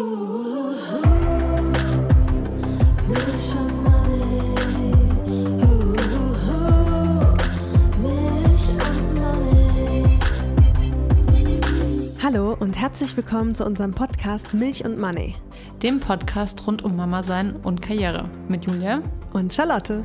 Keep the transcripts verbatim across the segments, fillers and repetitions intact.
Hallo und herzlich willkommen zu unserem Podcast Milch und Money. Dem Podcast rund um Mama sein und Karriere mit Julia und Charlotte.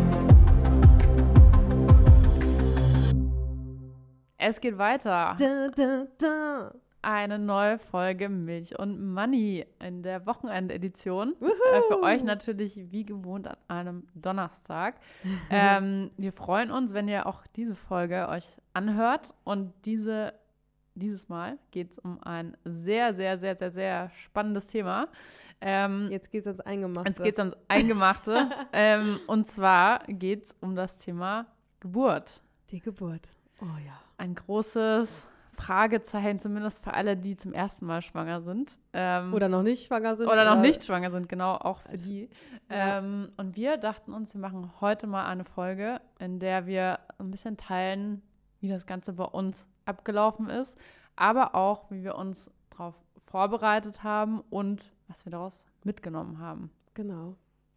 Es geht weiter. Da, da, da. Eine neue Folge Milch und Money in der Wochenendedition. Äh, für euch natürlich wie gewohnt an einem Donnerstag. ähm, wir freuen uns, wenn ihr auch diese Folge euch anhört. Und diese, dieses Mal geht es um ein sehr, sehr, sehr, sehr, sehr spannendes Thema. Ähm, jetzt geht es ans Eingemachte. Jetzt geht es ans Eingemachte. ähm, und zwar geht es um das Thema Geburt. Die Geburt. Oh ja. Ein großes Fragezeichen, zumindest für alle, die zum ersten Mal schwanger sind. Ähm, oder noch nicht schwanger sind. Oder, oder noch nicht schwanger sind, genau, auch für die. Ja. Ähm, und wir dachten uns, wir machen heute mal eine Folge, in der wir ein bisschen teilen, wie das Ganze bei uns abgelaufen ist, aber auch, wie wir uns darauf vorbereitet haben und was wir daraus mitgenommen haben. Genau.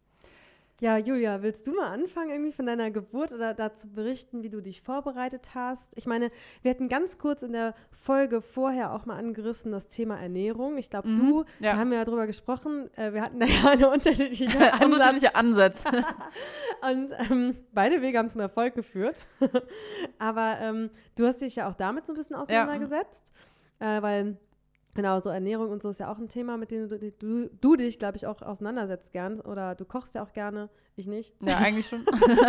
Ja, Julia, willst du mal anfangen, irgendwie von deiner Geburt oder dazu berichten, wie du dich vorbereitet hast? Ich meine, wir hatten ganz kurz in der Folge vorher auch mal angerissen das Thema Ernährung. Ich glaube, mhm, du, ja. wir haben ja darüber gesprochen, äh, wir hatten da ja eine unterschiedliche, Ansatz. unterschiedliche Ansätze. Und ähm, beide Wege haben zum Erfolg geführt. Aber ähm, du hast dich ja auch damit so ein bisschen auseinandergesetzt, ja. äh, weil Genau, so Ernährung und so ist ja auch ein Thema, mit dem du, du, du dich, glaube ich, auch auseinandersetzt gern. Oder du kochst ja auch gerne, ich nicht. Ja, eigentlich schon.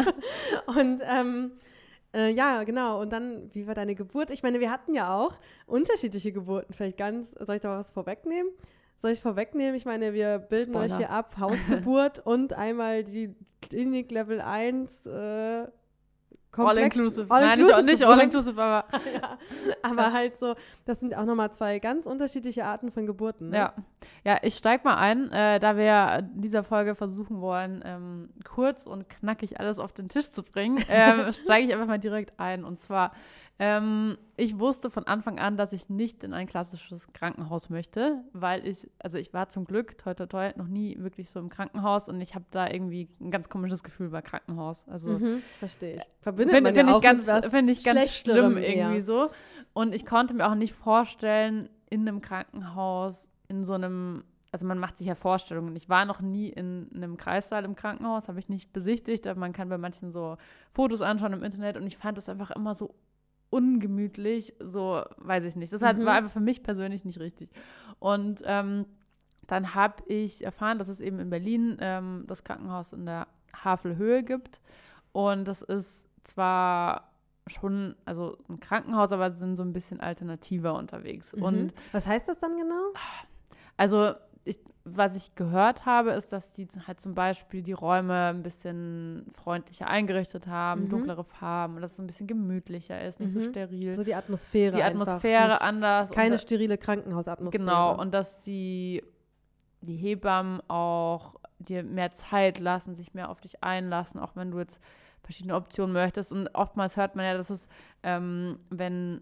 Und ähm, äh, ja, genau. Und dann, wie war deine Geburt? Ich meine, wir hatten ja auch unterschiedliche Geburten. Vielleicht ganz, soll ich da was vorwegnehmen? Soll ich vorwegnehmen? Ich meine, wir bilden Spoiler. euch hier ab, Hausgeburt und einmal die Klinik Level eins äh, All-inclusive. All Nein, nicht, nicht all-inclusive, aber... ja, aber halt so, das sind auch nochmal zwei ganz unterschiedliche Arten von Geburten. Ne? Ja. ja, ich steig mal ein, äh, da wir in dieser Folge versuchen wollen, ähm, kurz und knackig alles auf den Tisch zu bringen, ähm, steige ich einfach mal direkt ein. Und zwar, ähm, ich wusste von Anfang an, dass ich nicht in ein klassisches Krankenhaus möchte, weil ich, also ich war zum Glück, toi toi toi, noch nie wirklich so im Krankenhaus und ich habe da irgendwie ein ganz komisches Gefühl bei Krankenhaus. Also mhm, verstehe ich. Verbindet Finde man find ja ich ganz, find ich ganz schlimm eher. irgendwie so. Und ich konnte mir auch nicht vorstellen, in einem Krankenhaus, in so einem, also man macht sich ja Vorstellungen. Ich war noch nie in einem Kreissaal im Krankenhaus, habe ich nicht besichtigt, aber man kann bei manchen so Fotos anschauen im Internet und ich fand das einfach immer so ungemütlich, so, weiß ich nicht. Das hat, mhm. war einfach für mich persönlich nicht richtig. Und ähm, dann habe ich erfahren, dass es eben in Berlin ähm, das Krankenhaus in der Havelhöhe gibt. Und das ist zwar schon, also ein Krankenhaus, aber sie sind so ein bisschen alternativer unterwegs. Mhm. Und was heißt das dann genau? Also ich, was ich gehört habe, ist, dass die halt zum Beispiel die Räume ein bisschen freundlicher eingerichtet haben, mhm. dunklere Farben, dass es ein bisschen gemütlicher ist, nicht mhm. so steril. So die Atmosphäre Die Atmosphäre einfach, anders. Keine und, sterile Krankenhausatmosphäre. Genau, und dass die, die Hebammen auch dir mehr Zeit lassen, sich mehr auf dich einlassen, auch wenn du jetzt verschiedene Optionen möchtest. Und oftmals hört man ja, dass es, ähm, wenn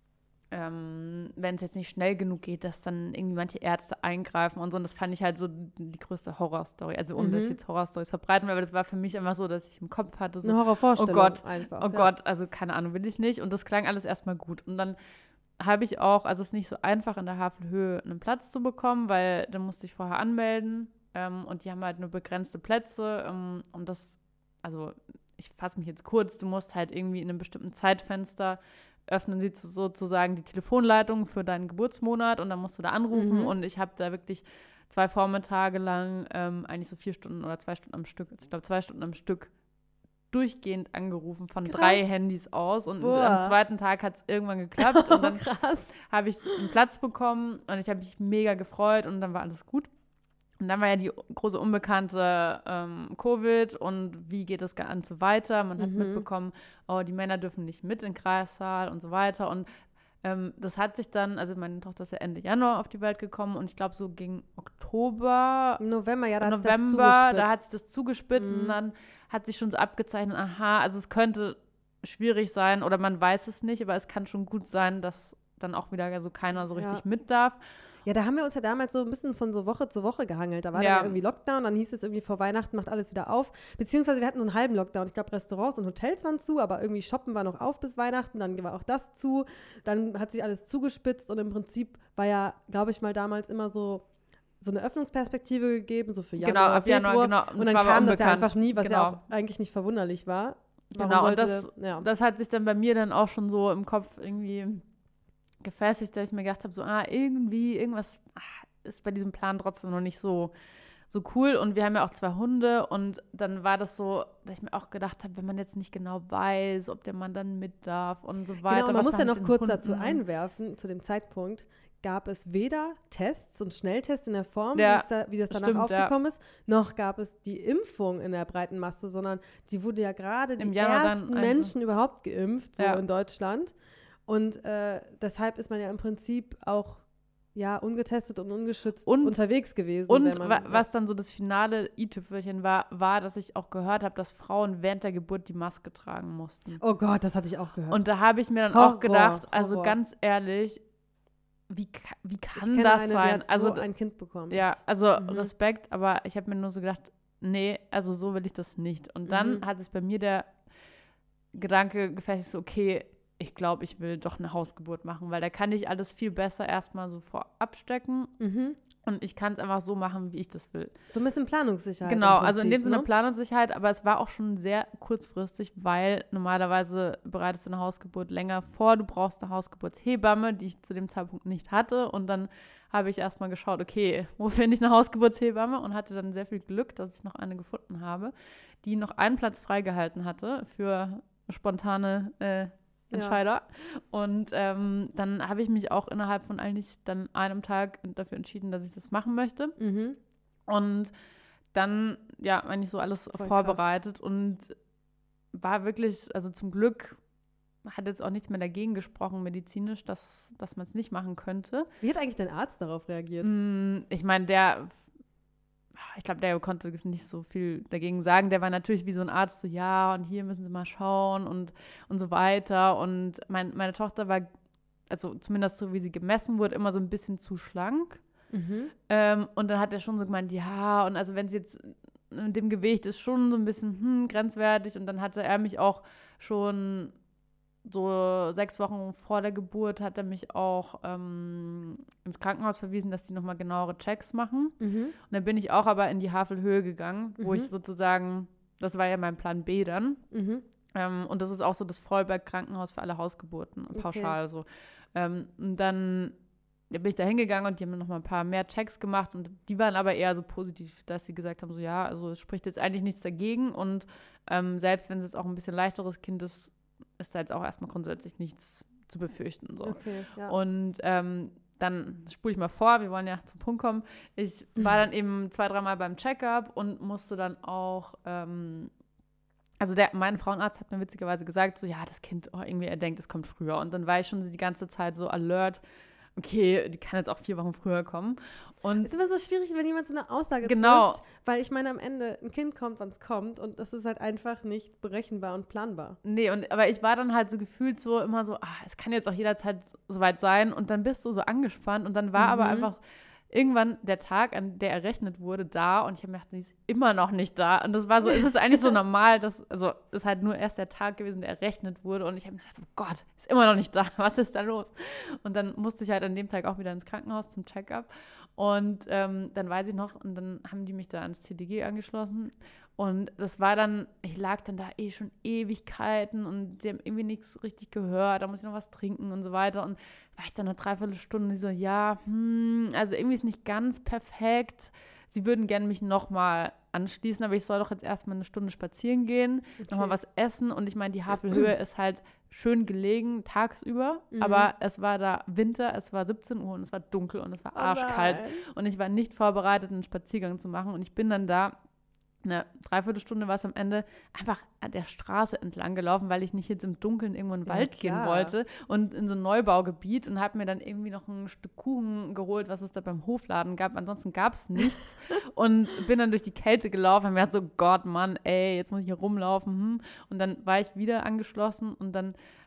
ähm, wenn es jetzt nicht schnell genug geht, dass dann irgendwie manche Ärzte eingreifen und so. Und das fand ich halt so die größte Horrorstory. Also ohne, mhm. dass ich jetzt Horrorstories verbreiten will, aber das war für mich immer so, dass ich im Kopf hatte, so, eine Horrorvorstellung oh Gott, einfach. oh ja. Gott, also keine Ahnung, will ich nicht. Und das klang alles erstmal gut. Und dann habe ich auch, also es ist nicht so einfach, in der Havelhöhe einen Platz zu bekommen, weil dann musste ich vorher anmelden ähm, und die haben halt nur begrenzte Plätze ähm, und das, also ich fasse mich jetzt kurz, du musst halt irgendwie in einem bestimmten Zeitfenster öffnen sie sozusagen die Telefonleitung für deinen Geburtsmonat und dann musst du da anrufen mhm. und ich habe da wirklich zwei Vormittage lang ähm, eigentlich so vier Stunden oder zwei Stunden am Stück, ich glaube zwei Stunden am Stück durchgehend angerufen von Krass. drei Handys aus und Boah. am zweiten Tag hat es irgendwann geklappt und dann habe ich einen Platz bekommen und ich habe mich mega gefreut und dann war alles gut. Und dann war ja die große Unbekannte ähm, Covid und wie geht das Ganze weiter. Man hat mhm. mitbekommen, oh, die Männer dürfen nicht mit in den Kreissaal und so weiter. Und ähm, das hat sich dann, also meine Tochter ist ja Ende Januar auf die Welt gekommen und ich glaube so gegen Oktober, November, ja, da November, hat sich das zugespitzt. da hat sich das zugespitzt mhm. und dann hat sich schon so abgezeichnet, aha, also es könnte schwierig sein oder man weiß es nicht, aber es kann schon gut sein, dass dann auch wieder so keiner so richtig ja. mit darf. Ja, da haben wir uns ja damals so ein bisschen von so Woche zu Woche gehangelt. Da war Ja. dann ja irgendwie Lockdown, dann hieß es irgendwie vor Weihnachten macht alles wieder auf. Beziehungsweise wir hatten so einen halben Lockdown. Ich glaube, Restaurants und Hotels waren zu, aber irgendwie Shoppen war noch auf bis Weihnachten, dann war auch das zu. Dann hat sich alles zugespitzt und im Prinzip war ja, glaube ich mal, damals immer so so eine Öffnungsperspektive gegeben, so für Januar, Genau, ab Februar. Januar, genau. Und, es dann war aber kam das ja unbekannt. einfach nie, was genau. ja auch eigentlich nicht verwunderlich war. Warum Genau, sollte, und das, ja. das hat sich dann bei mir dann auch schon so im Kopf irgendwie gefestigt, dass ich mir gedacht habe, so, ah, irgendwie, irgendwas ah, ist bei diesem Plan trotzdem noch nicht so, so cool. Und wir haben ja auch zwei Hunde und dann war das so, dass ich mir auch gedacht habe, wenn man jetzt nicht genau weiß, ob der Mann dann mit darf und so weiter. Genau, man was muss war ja mit noch den kurz Hunden? dazu einwerfen, zu dem Zeitpunkt gab es weder Tests und Schnelltests in der Form, Ja, wie, es da, wie das danach stimmt, aufgekommen ist, noch gab es die Impfung in der breiten Masse, sondern die wurde ja gerade Im die Januar dann ersten also- Menschen überhaupt geimpft, so Ja. in Deutschland. Und äh, deshalb ist man ja im Prinzip auch ja, ungetestet und ungeschützt Und- unterwegs gewesen. Und wenn man, wa was dann so das finale i-Tüpfelchen war, war, dass ich auch gehört habe, dass Frauen während der Geburt die Maske tragen mussten. Oh Gott, das hatte ich auch gehört. Und da habe ich mir dann Horror, auch gedacht, also Horror. ganz ehrlich, wie, ka- wie ich kann kenne das eine, sein? die hat also so ein Kind bekommen. ja, Das- also Mhm. Respekt, aber ich habe mir nur so gedacht, nee, also so will ich das nicht. Und dann Mhm. hat es bei mir der Gedanke gefestigt, so, okay, ich glaube, ich will doch eine Hausgeburt machen, weil da kann ich alles viel besser erstmal so vorab stecken Mhm. und ich kann es einfach so machen, wie ich das will. So ein bisschen Planungssicherheit. Genau, im also in dem Prinzip, Sinne ne? Planungssicherheit, aber es war auch schon sehr kurzfristig, weil normalerweise bereitest du eine Hausgeburt länger vor. Du brauchst eine Hausgeburtshebamme, die ich zu dem Zeitpunkt nicht hatte. Und dann habe ich erstmal geschaut, okay, wo finde ich eine Hausgeburtshebamme? Und hatte dann sehr viel Glück, dass ich noch eine gefunden habe, die noch einen Platz freigehalten hatte für spontane äh, Entscheider. Ja. Und ähm, dann habe ich mich auch innerhalb von eigentlich dann einem Tag dafür entschieden, dass ich das machen möchte. Mhm. Und dann, ja, eigentlich so alles Voll vorbereitet krass. Und war wirklich, also zum Glück hat jetzt auch nichts mehr dagegen gesprochen, medizinisch, dass, dass man es nicht machen könnte. Wie hat eigentlich dein Arzt darauf reagiert? Mm, ich meine, der, ich glaube, der konnte nicht so viel dagegen sagen. Der war natürlich wie so ein Arzt, so ja, und hier müssen Sie mal schauen und, und so weiter. Und mein, meine Tochter war, also zumindest so wie sie gemessen wurde, immer so ein bisschen zu schlank. Mhm. Ähm, und dann hat er schon so gemeint, ja, und also wenn sie jetzt mit dem Gewicht ist schon so ein bisschen hm, grenzwertig. Und dann hatte er mich auch schon so sechs Wochen vor der Geburt hat er mich auch ähm, ins Krankenhaus verwiesen, dass die nochmal genauere Checks machen. Mhm. Und dann bin ich auch aber in die Havelhöhe gegangen, wo Mhm. ich sozusagen, das war ja mein Plan B dann. Mhm. Ähm, und das ist auch so das Vollberg-Krankenhaus für alle Hausgeburten, pauschal okay. so. Ähm, und dann bin ich da hingegangen und die haben noch mal ein paar mehr Checks gemacht und die waren aber eher so positiv, dass sie gesagt haben, so ja, also es spricht jetzt eigentlich nichts dagegen und ähm, selbst wenn es jetzt auch ein bisschen leichteres Kind ist, ist da jetzt auch erstmal grundsätzlich nichts zu befürchten. So. Okay, ja. Und ähm, dann spule ich mal vor, wir wollen ja zum Punkt kommen. Ich war dann eben zwei, dreimal beim Check-up und musste dann auch, ähm, also der, mein Frauenarzt hat mir witzigerweise gesagt, so ja, das Kind, oh, irgendwie, er denkt, es kommt früher. Und dann war ich schon so die ganze Zeit so alert, okay, die kann jetzt auch vier Wochen früher kommen. Und es ist immer so schwierig, wenn jemand so eine Aussage genau. trifft, weil ich meine, am Ende, ein Kind kommt, wann es kommt und das ist halt einfach nicht berechenbar und planbar. Nee, und, aber ich war dann halt so gefühlt so immer so, ah, es kann jetzt auch jederzeit soweit sein und dann bist du so angespannt und dann war Mhm. aber einfach irgendwann der Tag, an der errechnet wurde, da und ich habe mir gedacht, die ist immer noch nicht da und das war so, ist es eigentlich so normal, dass, also ist halt nur erst der Tag gewesen, der errechnet wurde und ich habe mir gedacht, oh Gott, ist immer noch nicht da, was ist da los? Und dann musste ich halt an dem Tag auch wieder ins Krankenhaus zum Check-up und ähm, dann weiß ich noch und dann haben die mich da ans C D G angeschlossen und das war dann, ich lag dann da eh schon Ewigkeiten und sie haben irgendwie nichts richtig gehört, da muss ich noch was trinken und so weiter und war ich dann eine Dreiviertelstunde und die so, ja, hm, also irgendwie ist nicht ganz perfekt. Sie würden gerne mich nochmal anschließen, aber ich soll doch jetzt erstmal eine Stunde spazieren gehen, okay. nochmal was essen und ich meine, die Havelhöhe ist halt schön gelegen tagsüber, mhm. aber es war da Winter, es war siebzehn Uhr und es war dunkel und es war arschkalt oh und ich war nicht vorbereitet, einen Spaziergang zu machen und ich bin dann da eine Dreiviertelstunde war es am Ende einfach an der Straße entlang gelaufen, weil ich nicht jetzt im Dunkeln irgendwo in den Wald ja, gehen wollte und in so ein Neubaugebiet und habe mir dann irgendwie noch ein Stück Kuchen geholt, was es da beim Hofladen gab. Ansonsten gab es nichts und bin dann durch die Kälte gelaufen und mir hat so, Gott, Mann, ey, jetzt muss ich hier rumlaufen. Hm. Und dann war ich wieder angeschlossen und dann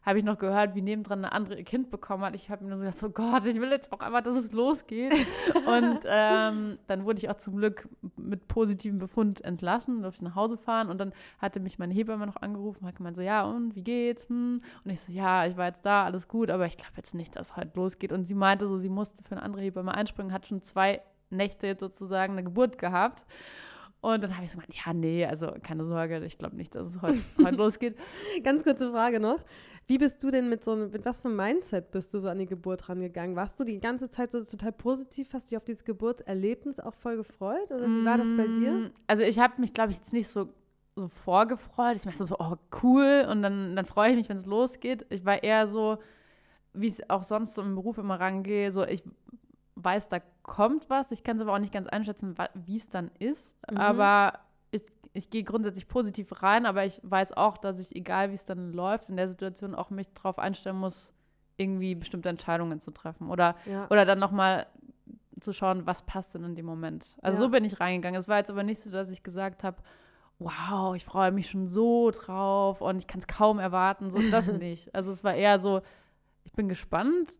habe ich noch gehört, wie nebendran eine andere ihr Kind bekommen hat. Ich habe mir nur so gedacht, oh Gott, ich will jetzt auch einfach, dass es losgeht. Und ähm, dann wurde ich auch zum Glück mit positivem Befund entlassen, durfte ich nach Hause fahren. Und dann hatte mich meine Hebamme noch angerufen und hat gemeint so, ja und, wie geht's? Hm. Und ich so, ja, ich war jetzt da, alles gut, aber ich glaube jetzt nicht, dass heute losgeht. Und sie meinte so, sie musste für eine andere Hebamme einspringen, hat schon zwei Nächte jetzt sozusagen eine Geburt gehabt. Und dann habe ich so gemeint, ja, nee, also keine Sorge, ich glaube nicht, dass es heute, heute losgeht. Ganz kurze Frage noch. Wie bist du denn mit so einem, mit was für einem Mindset bist du so an die Geburt rangegangen? Warst du die ganze Zeit so total positiv? Hast du dich auf dieses Geburtserlebnis auch voll gefreut? Oder wie war das bei dir? Also ich habe mich, glaube ich, jetzt nicht so, so vorgefreut. Ich dachte so, oh, cool. Und dann, dann freue ich mich, wenn es losgeht. Ich war eher so, wie ich auch sonst so im Beruf immer rangehe, so ich weiß, da kommt was. Ich kann es aber auch nicht ganz einschätzen, wie es dann ist. Mhm. Aber ich, ich gehe grundsätzlich positiv rein, aber ich weiß auch, dass ich, egal wie es dann läuft, in der Situation auch mich darauf einstellen muss, irgendwie bestimmte Entscheidungen zu treffen. Oder, ja. oder dann nochmal zu schauen, was passt denn in dem Moment. Also ja. so bin ich reingegangen. Es war jetzt aber nicht so, dass ich gesagt habe, wow, ich freue mich schon so drauf und ich kann es kaum erwarten. So das nicht. Also es war eher so, ich bin gespannt,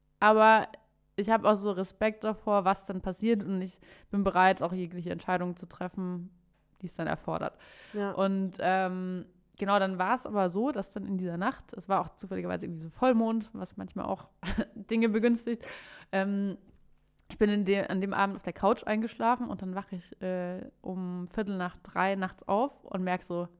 aber ich habe auch so Respekt davor, was dann passiert und ich bin bereit, auch jegliche Entscheidungen zu treffen, die es dann erfordert. Ja. Und ähm, genau, dann war es aber so, dass dann in dieser Nacht, es war auch zufälligerweise irgendwie so Vollmond, was manchmal auch Dinge begünstigt, ähm, ich bin in de- an dem Abend auf der Couch eingeschlafen und dann wache ich äh, um Viertel nach drei nachts auf und merke so,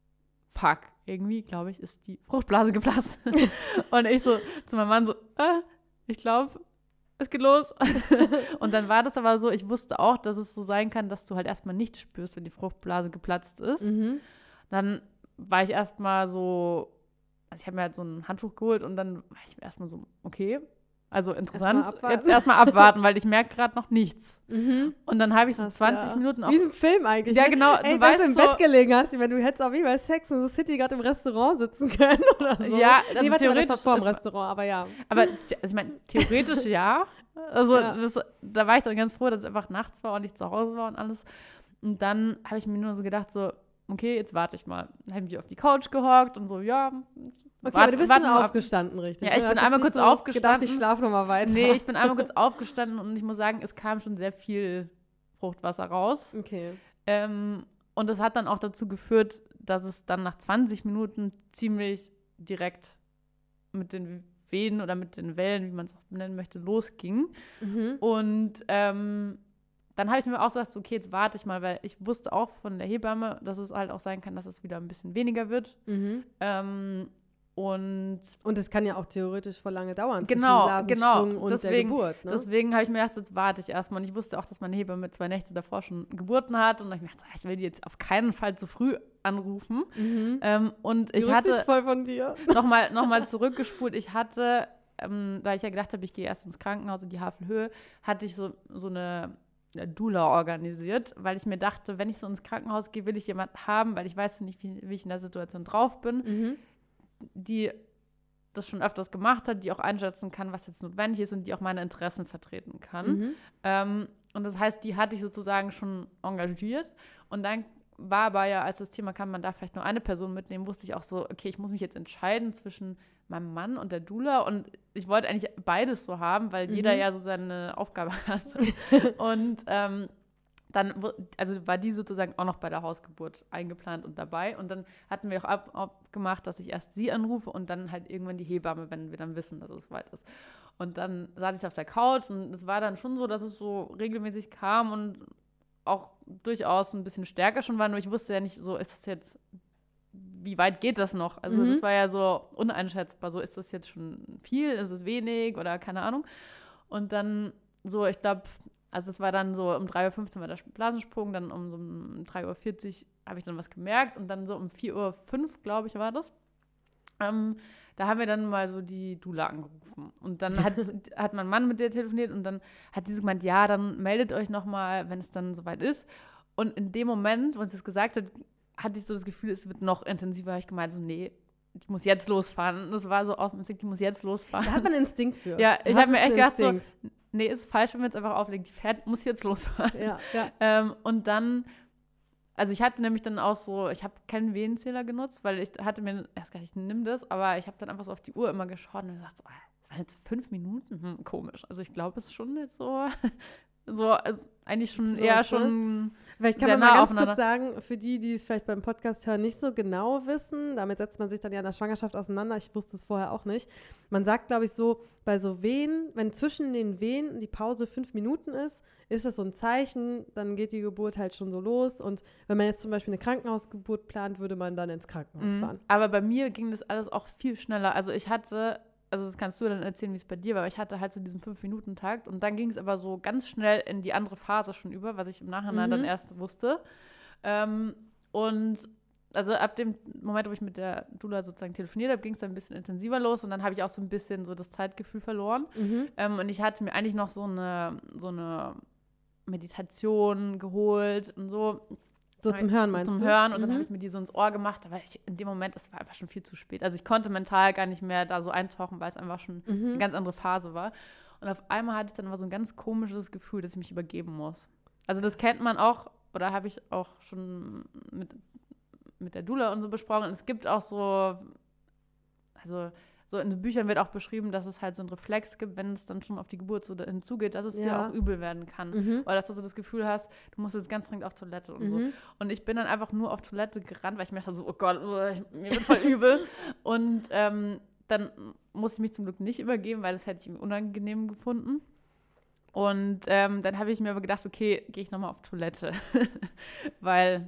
fuck, irgendwie, glaube ich, ist die Fruchtblase geplatzt. Und ich so zu meinem Mann so, äh, ich glaube, es geht los. Und dann war das aber so, ich wusste auch, dass es so sein kann, dass du halt erstmal nichts spürst, wenn die Fruchtblase geplatzt ist. Mhm. Dann war ich erstmal so, also ich habe mir halt so ein Handtuch geholt und dann war ich erstmal so, okay, also interessant, erst jetzt erstmal abwarten, weil ich merke gerade noch nichts. Mhm. Und dann habe ich so Krass, zwanzig ja. Minuten auf... Wie im Film eigentlich. Ja, ne? genau. Ey, du dass weißt du im so, Bett gelegen hast, ich meine, du hättest auch wie bei Sex in the City gerade im Restaurant sitzen können oder so. Ja, also nee, warte, theoretisch... das war vor dem Restaurant, aber ja. Aber also ich meine, theoretisch ja. Also ja. Das, da war ich dann ganz froh, dass es einfach nachts war und ich zu Hause war und alles. Und dann habe ich mir nur so gedacht, so, okay, jetzt warte ich mal. Dann habe ich mich auf die Couch gehockt und so, ja... Okay, wart, aber du bist schon aufgestanden, richtig? Ja, ich bin einmal kurz so aufgestanden. Gedacht, ich schlafe nochmal weiter. Nee, ich bin einmal kurz aufgestanden und ich muss sagen, es kam schon sehr viel Fruchtwasser raus. Okay. Ähm, und das hat dann auch dazu geführt, dass es dann nach zwanzig Minuten ziemlich direkt mit den Wehen oder mit den Wellen, wie man es auch nennen möchte, losging. Mhm. Und ähm, dann habe ich mir auch so gedacht, okay, jetzt warte ich mal, weil ich wusste auch von der Hebamme, dass es halt auch sein kann, dass es wieder ein bisschen weniger wird. Mhm. Ähm, Und, und es kann ja auch theoretisch voll lange dauern, genau, zwischen genau. und deswegen, der Geburt. Ne? Deswegen habe ich mir gedacht, jetzt warte ich erstmal. Und ich wusste auch, dass meine Hebamme mit zwei Nächte davor schon Geburten hat. Und dann habe ich mir gedacht, ich will die jetzt auf keinen Fall zu früh anrufen. Mhm. Ähm, und ich hatte voll von dir. nochmal noch mal zurückgespult. Ich hatte, ähm, weil ich ja gedacht habe, ich gehe erst ins Krankenhaus in die Havelhöhe, hatte ich so, so eine Doula organisiert, weil ich mir dachte, wenn ich so ins Krankenhaus gehe, will ich jemanden haben, weil ich weiß nicht, wie, wie ich in der Situation drauf bin, mhm. die das schon öfters gemacht hat, die auch einschätzen kann, was jetzt notwendig ist und die auch meine Interessen vertreten kann. Mhm. Ähm, und das heißt, die hatte ich sozusagen schon engagiert. Und dann war aber ja, als das Thema kam, man darf vielleicht nur eine Person mitnehmen, wusste ich auch so, okay, ich muss mich jetzt entscheiden zwischen meinem Mann und der Doula. Und ich wollte eigentlich beides so haben, weil mhm. jeder ja so seine Aufgabe hat. Und ähm, dann, also war die sozusagen auch noch bei der Hausgeburt eingeplant und dabei. Und dann hatten wir auch ab, abgemacht, dass ich erst sie anrufe und dann halt irgendwann die Hebamme, wenn wir dann wissen, dass es weit ist. Und dann saß ich auf der Couch und es war dann schon so, dass es so regelmäßig kam und auch durchaus ein bisschen stärker schon war. Nur ich wusste ja nicht, so ist das jetzt, wie weit geht das noch? Also mhm. das war ja so uneinschätzbar. So, ist das jetzt schon viel, ist es wenig oder keine Ahnung. Und dann so, ich glaube, also es war dann so um drei Uhr fünfzehn war der Blasensprung, dann um so um drei Uhr vierzig habe ich dann was gemerkt und dann so um vier Uhr fünf, glaube ich, war das. Ähm, da haben wir dann mal so die Doula angerufen. Und dann hat, hat mein Mann mit der telefoniert und dann hat sie so gemeint, ja, dann meldet euch nochmal, wenn es dann soweit ist. Und in dem Moment, wo sie es gesagt hat, hatte ich so das Gefühl, es wird noch intensiver. Habe ich gemeint, so nee, die muss jetzt losfahren. Das war so aus dem Instinkt, die muss jetzt losfahren. Da hat man einen Instinkt für. Ja, ich habe mir echt gedacht so, nee, ist falsch, wenn wir jetzt einfach auflegen. Die fährt, muss jetzt losfahren. Ja, ja. Ähm, und dann Also ich hatte nämlich dann auch so, ich habe keinen Wehenzähler genutzt, weil ich hatte mir, erst gar nicht, ich nimm das, aber ich habe dann einfach so auf die Uhr immer geschaut und gesagt, so, das waren jetzt fünf Minuten, hm, komisch. Also ich glaube, es ist schon jetzt so, so also eigentlich schon eher los, schon ne? Vielleicht kann sehr man mal nah ganz aufeinander. kurz sagen, für die, die es vielleicht beim Podcast hören, nicht so genau wissen, damit setzt man sich dann ja in der Schwangerschaft auseinander, ich wusste es vorher auch nicht. Man sagt, glaube ich, so, bei so Wehen, wenn zwischen den Wehen die Pause fünf Minuten ist, ist das so ein Zeichen, dann geht die Geburt halt schon so los. Und wenn man jetzt zum Beispiel eine Krankenhausgeburt plant, würde man dann ins Krankenhaus Mhm. fahren. Aber bei mir ging das alles auch viel schneller. Also ich hatte, also das kannst du dann erzählen, wie es bei dir war, aber ich hatte halt so diesen fünf-Minuten-Takt und dann ging es aber so ganz schnell in die andere Phase schon über, was ich im Nachhinein Mhm. dann erst wusste. Ähm, und also ab dem Moment, wo ich mit der Doula sozusagen telefoniert habe, ging es dann ein bisschen intensiver los und dann habe ich auch so ein bisschen so das Zeitgefühl verloren. Mhm. Ähm, und ich hatte mir eigentlich noch so eine, so eine Meditation geholt und so. So zum Hören meinst Zum du? Hören und dann Mhm. habe ich mir die so ins Ohr gemacht, aber ich, in dem Moment, das war einfach schon viel zu spät. Also ich konnte mental gar nicht mehr da so eintauchen, weil es einfach schon Mhm. eine ganz andere Phase war. Und auf einmal hatte ich dann aber so ein ganz komisches Gefühl, dass ich mich übergeben muss. Also das kennt man auch, oder habe ich auch schon mit, mit der Doula und so besprochen. Und es gibt auch so, also so in den Büchern wird auch beschrieben, dass es halt so einen Reflex gibt, wenn es dann schon auf die Geburt so hinzugeht, dass es dir Ja. auch übel werden kann. Mhm. Oder dass du so das Gefühl hast, du musst jetzt ganz dringend auf Toilette und so. Mhm. Und ich bin dann einfach nur auf Toilette gerannt, weil ich mir dachte so, oh Gott, ich, mir wird voll übel. Und ähm, dann musste ich mich zum Glück nicht übergeben, weil das hätte ich irgendwie unangenehm gefunden. Und ähm, dann habe ich mir aber gedacht, okay, gehe ich nochmal auf Toilette. Weil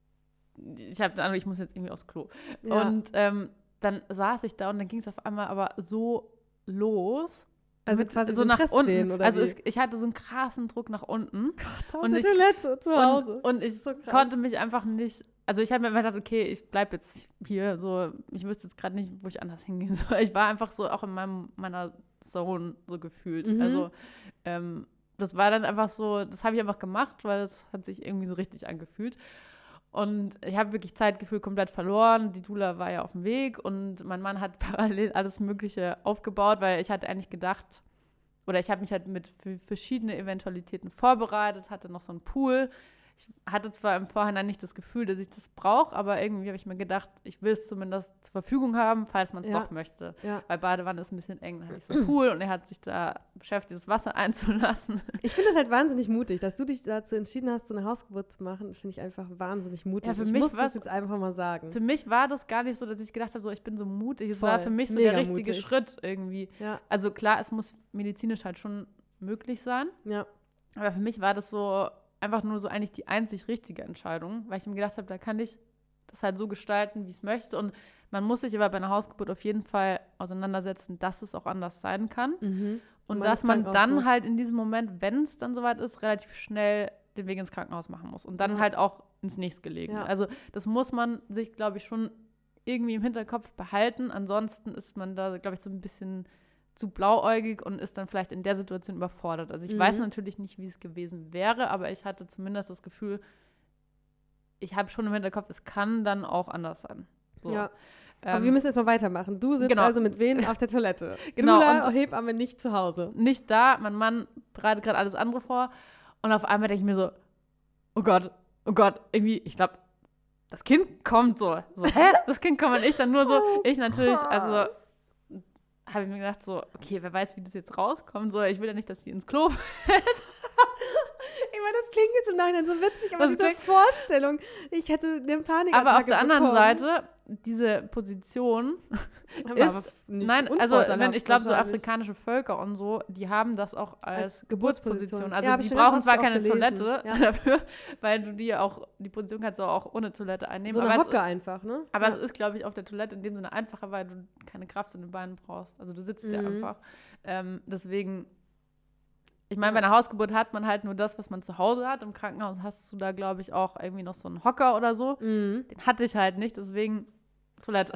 ich habe dann, ich muss jetzt irgendwie aufs Klo. Ja. Und ähm, dann saß ich da und dann ging es auf einmal aber so los. Also mit, quasi so den nach Presswehen, unten. oder Also wie? es, ich hatte so einen krassen Druck nach unten. Gott, auf und der ich- Toilette zu Hause. Und, und ich So krass. konnte mich einfach nicht, also ich habe mir einfach gedacht, okay, ich bleibe jetzt hier, so, ich wüsste jetzt gerade nicht, wo ich anders hingehen soll. Ich war einfach so auch in meinem, meiner Zone so gefühlt. Mhm. Also ähm, das war dann einfach so, das habe ich einfach gemacht, weil das hat sich irgendwie so richtig angefühlt. Und ich habe wirklich Zeitgefühl komplett verloren. Die Doula war ja auf dem Weg und mein Mann hat parallel alles Mögliche aufgebaut, weil ich hatte eigentlich gedacht, oder ich habe mich halt mit für verschiedene Eventualitäten vorbereitet, hatte noch so einen Pool. Ich hatte zwar im Vorhinein nicht das Gefühl, dass ich das brauche, aber irgendwie habe ich mir gedacht, ich will es zumindest zur Verfügung haben, falls man es Ja. doch möchte. Ja. Weil Badewanne ist ein bisschen eng, dann hatte ich so einen Pool und er hat sich da beschäftigt, das Wasser einzulassen. Ich finde es halt wahnsinnig mutig, dass du dich dazu entschieden hast, so eine Hausgeburt zu machen. Finde ich einfach wahnsinnig mutig. Ja, für ich mich muss das war's- jetzt einfach mal sagen. Für mich war das gar nicht so, dass ich gedacht habe, so ich bin so mutig. Es Voll. war für mich so Mega der richtige mutig. Schritt irgendwie. Ja, Also klar, es muss medizinisch halt schon möglich sein. ja. Aber für mich war das so einfach nur so eigentlich die einzig richtige Entscheidung, weil ich mir gedacht habe, da kann ich das halt so gestalten, wie ich es möchte. Und man muss sich aber bei einer Hausgeburt auf jeden Fall auseinandersetzen, dass es auch anders sein kann. Mhm. Und man dass ins man Krankenhaus dann muss. halt in diesem Moment, wenn es dann soweit ist, relativ schnell den Weg ins Krankenhaus machen muss. Und dann Ja. halt auch ins nächstgelegene. Ja. Also das muss man sich, glaube ich, schon irgendwie im Hinterkopf behalten. Ansonsten ist man da, glaube ich, so ein bisschen zu blauäugig und ist dann vielleicht in der Situation überfordert. Also ich Mhm. weiß natürlich nicht, wie es gewesen wäre, aber ich hatte zumindest das Gefühl, ich habe schon im Hinterkopf, es kann dann auch anders sein. So. Ja. Ähm, Aber wir müssen jetzt mal weitermachen. Du sitzt genau. also mit Venen auf der Toilette. Genau, Doula, und- Hebamme nicht zu Hause. nicht da, mein Mann bereitet gerade alles andere vor und auf einmal denke ich mir so, oh Gott, oh Gott, irgendwie, ich glaube, das Kind kommt so. so hä? Das Kind kommt und ich dann nur so, Oh, ich natürlich, also krass. habe ich mir gedacht so, okay, wer weiß, wie das jetzt rauskommt, so, ich will ja nicht, dass sie ins Klo Ich meine, das klingt jetzt im Nachhinein so witzig, aber Das diese klingt- Vorstellung, ich hätte eine Panikattacke aber auf der anderen bekommen. Seite, diese Position Aber ist, f- nicht nein, also unvorteilhaft wenn, ich glaube, so wahrscheinlich. afrikanische Völker und so, die haben das auch als, Als Geburtsposition. Geburtsposition. Also Ja, hab die ich schon ganz brauchen oft zwar auch keine gelesen. Toilette Ja. dafür, weil du die auch, die Position kannst du auch ohne Toilette einnehmen. So eine aber es Hocke einfach, ne? Aber ja. es ist, glaube ich, auf der Toilette in dem Sinne einfacher, weil du keine Kraft in den Beinen brauchst. Also du sitzt ja Mhm. einfach. Ähm, deswegen, ich meine, Ja. bei einer Hausgeburt hat man halt nur das, was man zu Hause hat. Im Krankenhaus hast du da, glaube ich, auch irgendwie noch so einen Hocker oder so. Mhm. Den hatte ich halt nicht, deswegen Toilette.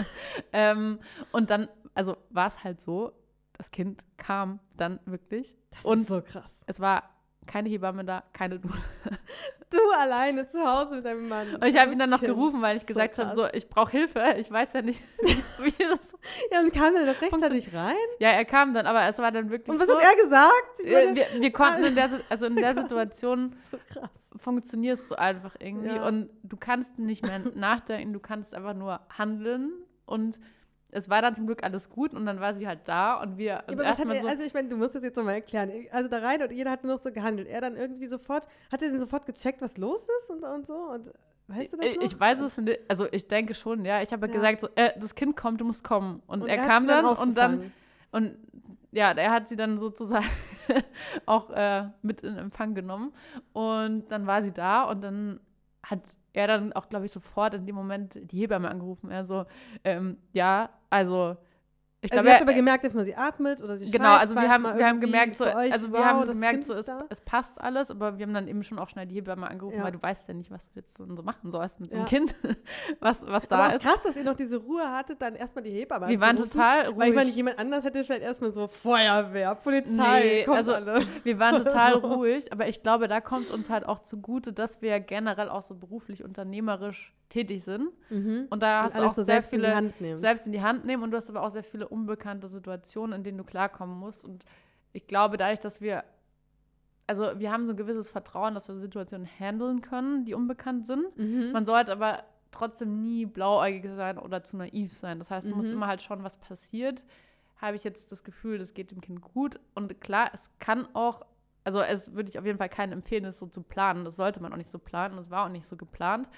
ähm, und dann, also war es halt so, das Kind kam dann wirklich. Das und ist so krass. es war keine Hebamme da, keine Dusche. Du alleine zu Hause mit deinem Mann. Und ich habe ihn dann noch Kind. gerufen, weil ich So gesagt habe, krass. so, ich brauche Hilfe. Ich weiß ja nicht, wie das Ja, und kam er noch rechtzeitig rein? Ja, er kam dann, aber es war dann wirklich Und was so. hat er gesagt? Ich äh, meine, wir, wir konnten in der, Si- also in der Situation so krass. funktionierst du einfach irgendwie Ja. und du kannst nicht mehr nachdenken, du kannst einfach nur handeln und es war dann zum Glück alles gut und dann war sie halt da und wir Ja, uns aber was hat erstmal er, so, also ich meine, du musst das jetzt nochmal erklären. Also da rein und jeder hat nur noch so gehandelt. Er dann irgendwie sofort, hat er denn sofort gecheckt, was los ist und, und so? Und weißt du das ich, noch? ich weiß es nicht, also ich denke schon, ja, ich habe Ja. gesagt so, äh, das Kind kommt, du musst kommen und, Und er, hat kam sie dann, und dann aufgefangen. und ja, er hat sie dann sozusagen auch äh, mit in Empfang genommen und dann war sie da und dann hat er dann auch, glaube ich, sofort in dem Moment die Hebamme angerufen. Er so, ähm, ja, also ich Also glaube, ihr habt er- aber gemerkt, dass man sie atmet oder sie Genau, schreit, also war wir es haben, mal wir haben irgendwie gemerkt, so, für euch, also wir wow, haben das gemerkt, Kind so, ist es, da. es passt alles, aber wir haben dann eben schon auch schnell die Hebamme angerufen, Ja. weil du weißt ja nicht, was du jetzt so so machen sollst mit so einem Ja. Kind, was, was da Aber auch ist. krass, dass ihr noch diese Ruhe hattet, dann erstmal die Hebamme Wir waren anzurufen. total ruhig. Weil ich meine, jemand anders hätte vielleicht erstmal so Feuerwehr, Polizei, Nee, kommt also alle. wir waren total So. ruhig, aber ich glaube, da kommt uns halt auch zugute, dass wir generell auch so beruflich unternehmerisch tätig sind. Mhm. Und da Und hast du alles auch so sehr selbst in die viele Hand nehmen. selbst in die Hand nehmen und du hast aber auch sehr viele unbekannte Situationen, in denen du klarkommen musst. Und ich glaube, dadurch, dass wir, also wir haben so ein gewisses Vertrauen, dass wir Situationen handeln können, die unbekannt sind. Mhm. Man sollte aber trotzdem nie blauäugig sein oder zu naiv sein. Das heißt, du musst Mhm. immer halt schauen, was passiert. Habe ich jetzt das Gefühl, das geht dem Kind gut. Und klar, es kann auch, also es würde ich auf jeden Fall keinen empfehlen, es so zu planen. Das sollte man auch nicht so planen. Das war auch nicht so geplant.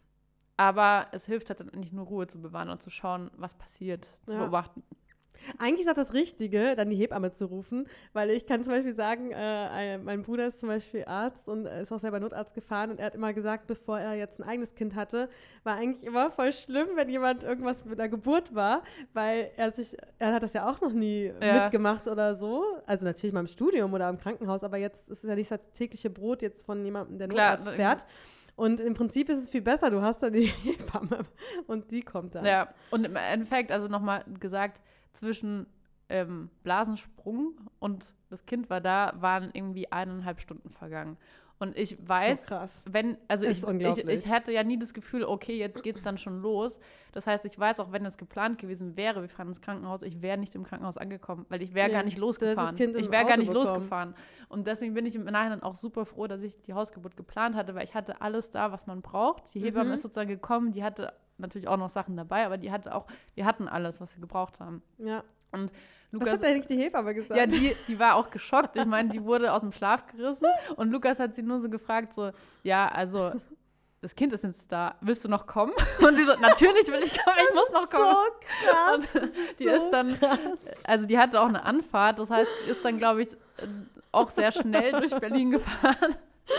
Aber es hilft halt dann nicht nur Ruhe zu bewahren und zu schauen, was passiert, zu Ja. beobachten. Eigentlich ist auch das Richtige, dann die Hebamme zu rufen, weil ich kann zum Beispiel sagen, äh, mein Bruder ist zum Beispiel Arzt und ist auch selber Notarzt gefahren und er hat immer gesagt, bevor er jetzt ein eigenes Kind hatte, war eigentlich immer voll schlimm, wenn jemand irgendwas mit der Geburt war, weil er sich, er hat das ja auch noch nie Ja. mitgemacht oder so, also natürlich mal im Studium oder im Krankenhaus, aber jetzt ist es ja nicht das tägliche Brot jetzt von jemandem, der Klar, Notarzt fährt. Und im Prinzip ist es viel besser, du hast dann die Hebamme und die kommt dann. Ja, und im Endeffekt, also nochmal gesagt, zwischen ähm, Blasensprung und das Kind war da, waren irgendwie eineinhalb Stunden vergangen. Und ich weiß, So krass. wenn, also Das ich, ist ich, unglaublich. ich hätte ja nie das Gefühl, okay, jetzt geht's dann schon los. Das heißt, ich weiß auch, wenn es geplant gewesen wäre, wir fahren ins Krankenhaus, ich wäre nicht im Krankenhaus angekommen, weil ich wäre Nee, gar nicht du hättest das losgefahren. Kind im Ich wäre gar Auto nicht bekommen. losgefahren. Und deswegen bin ich im Nachhinein auch super froh, dass ich die Hausgeburt geplant hatte, weil ich hatte alles da, was man braucht. Die Hebamme Mhm. ist sozusagen gekommen, die hatte natürlich auch noch Sachen dabei, aber die hatte auch, wir hatten alles, was wir gebraucht haben. Ja. Und Was Lukas, hat eigentlich die Hebamme gesagt? ja, die, die war auch geschockt. Ich meine, die wurde aus dem Schlaf gerissen und Lukas hat sie nur so gefragt, so, ja, also, das Kind ist jetzt da, willst du noch kommen? Und sie so, natürlich will ich kommen, ich muss noch kommen. So krass. Und die so ist dann, krass. also die hatte auch eine Anfahrt, das heißt, die ist dann, glaube ich, auch sehr schnell durch Berlin gefahren.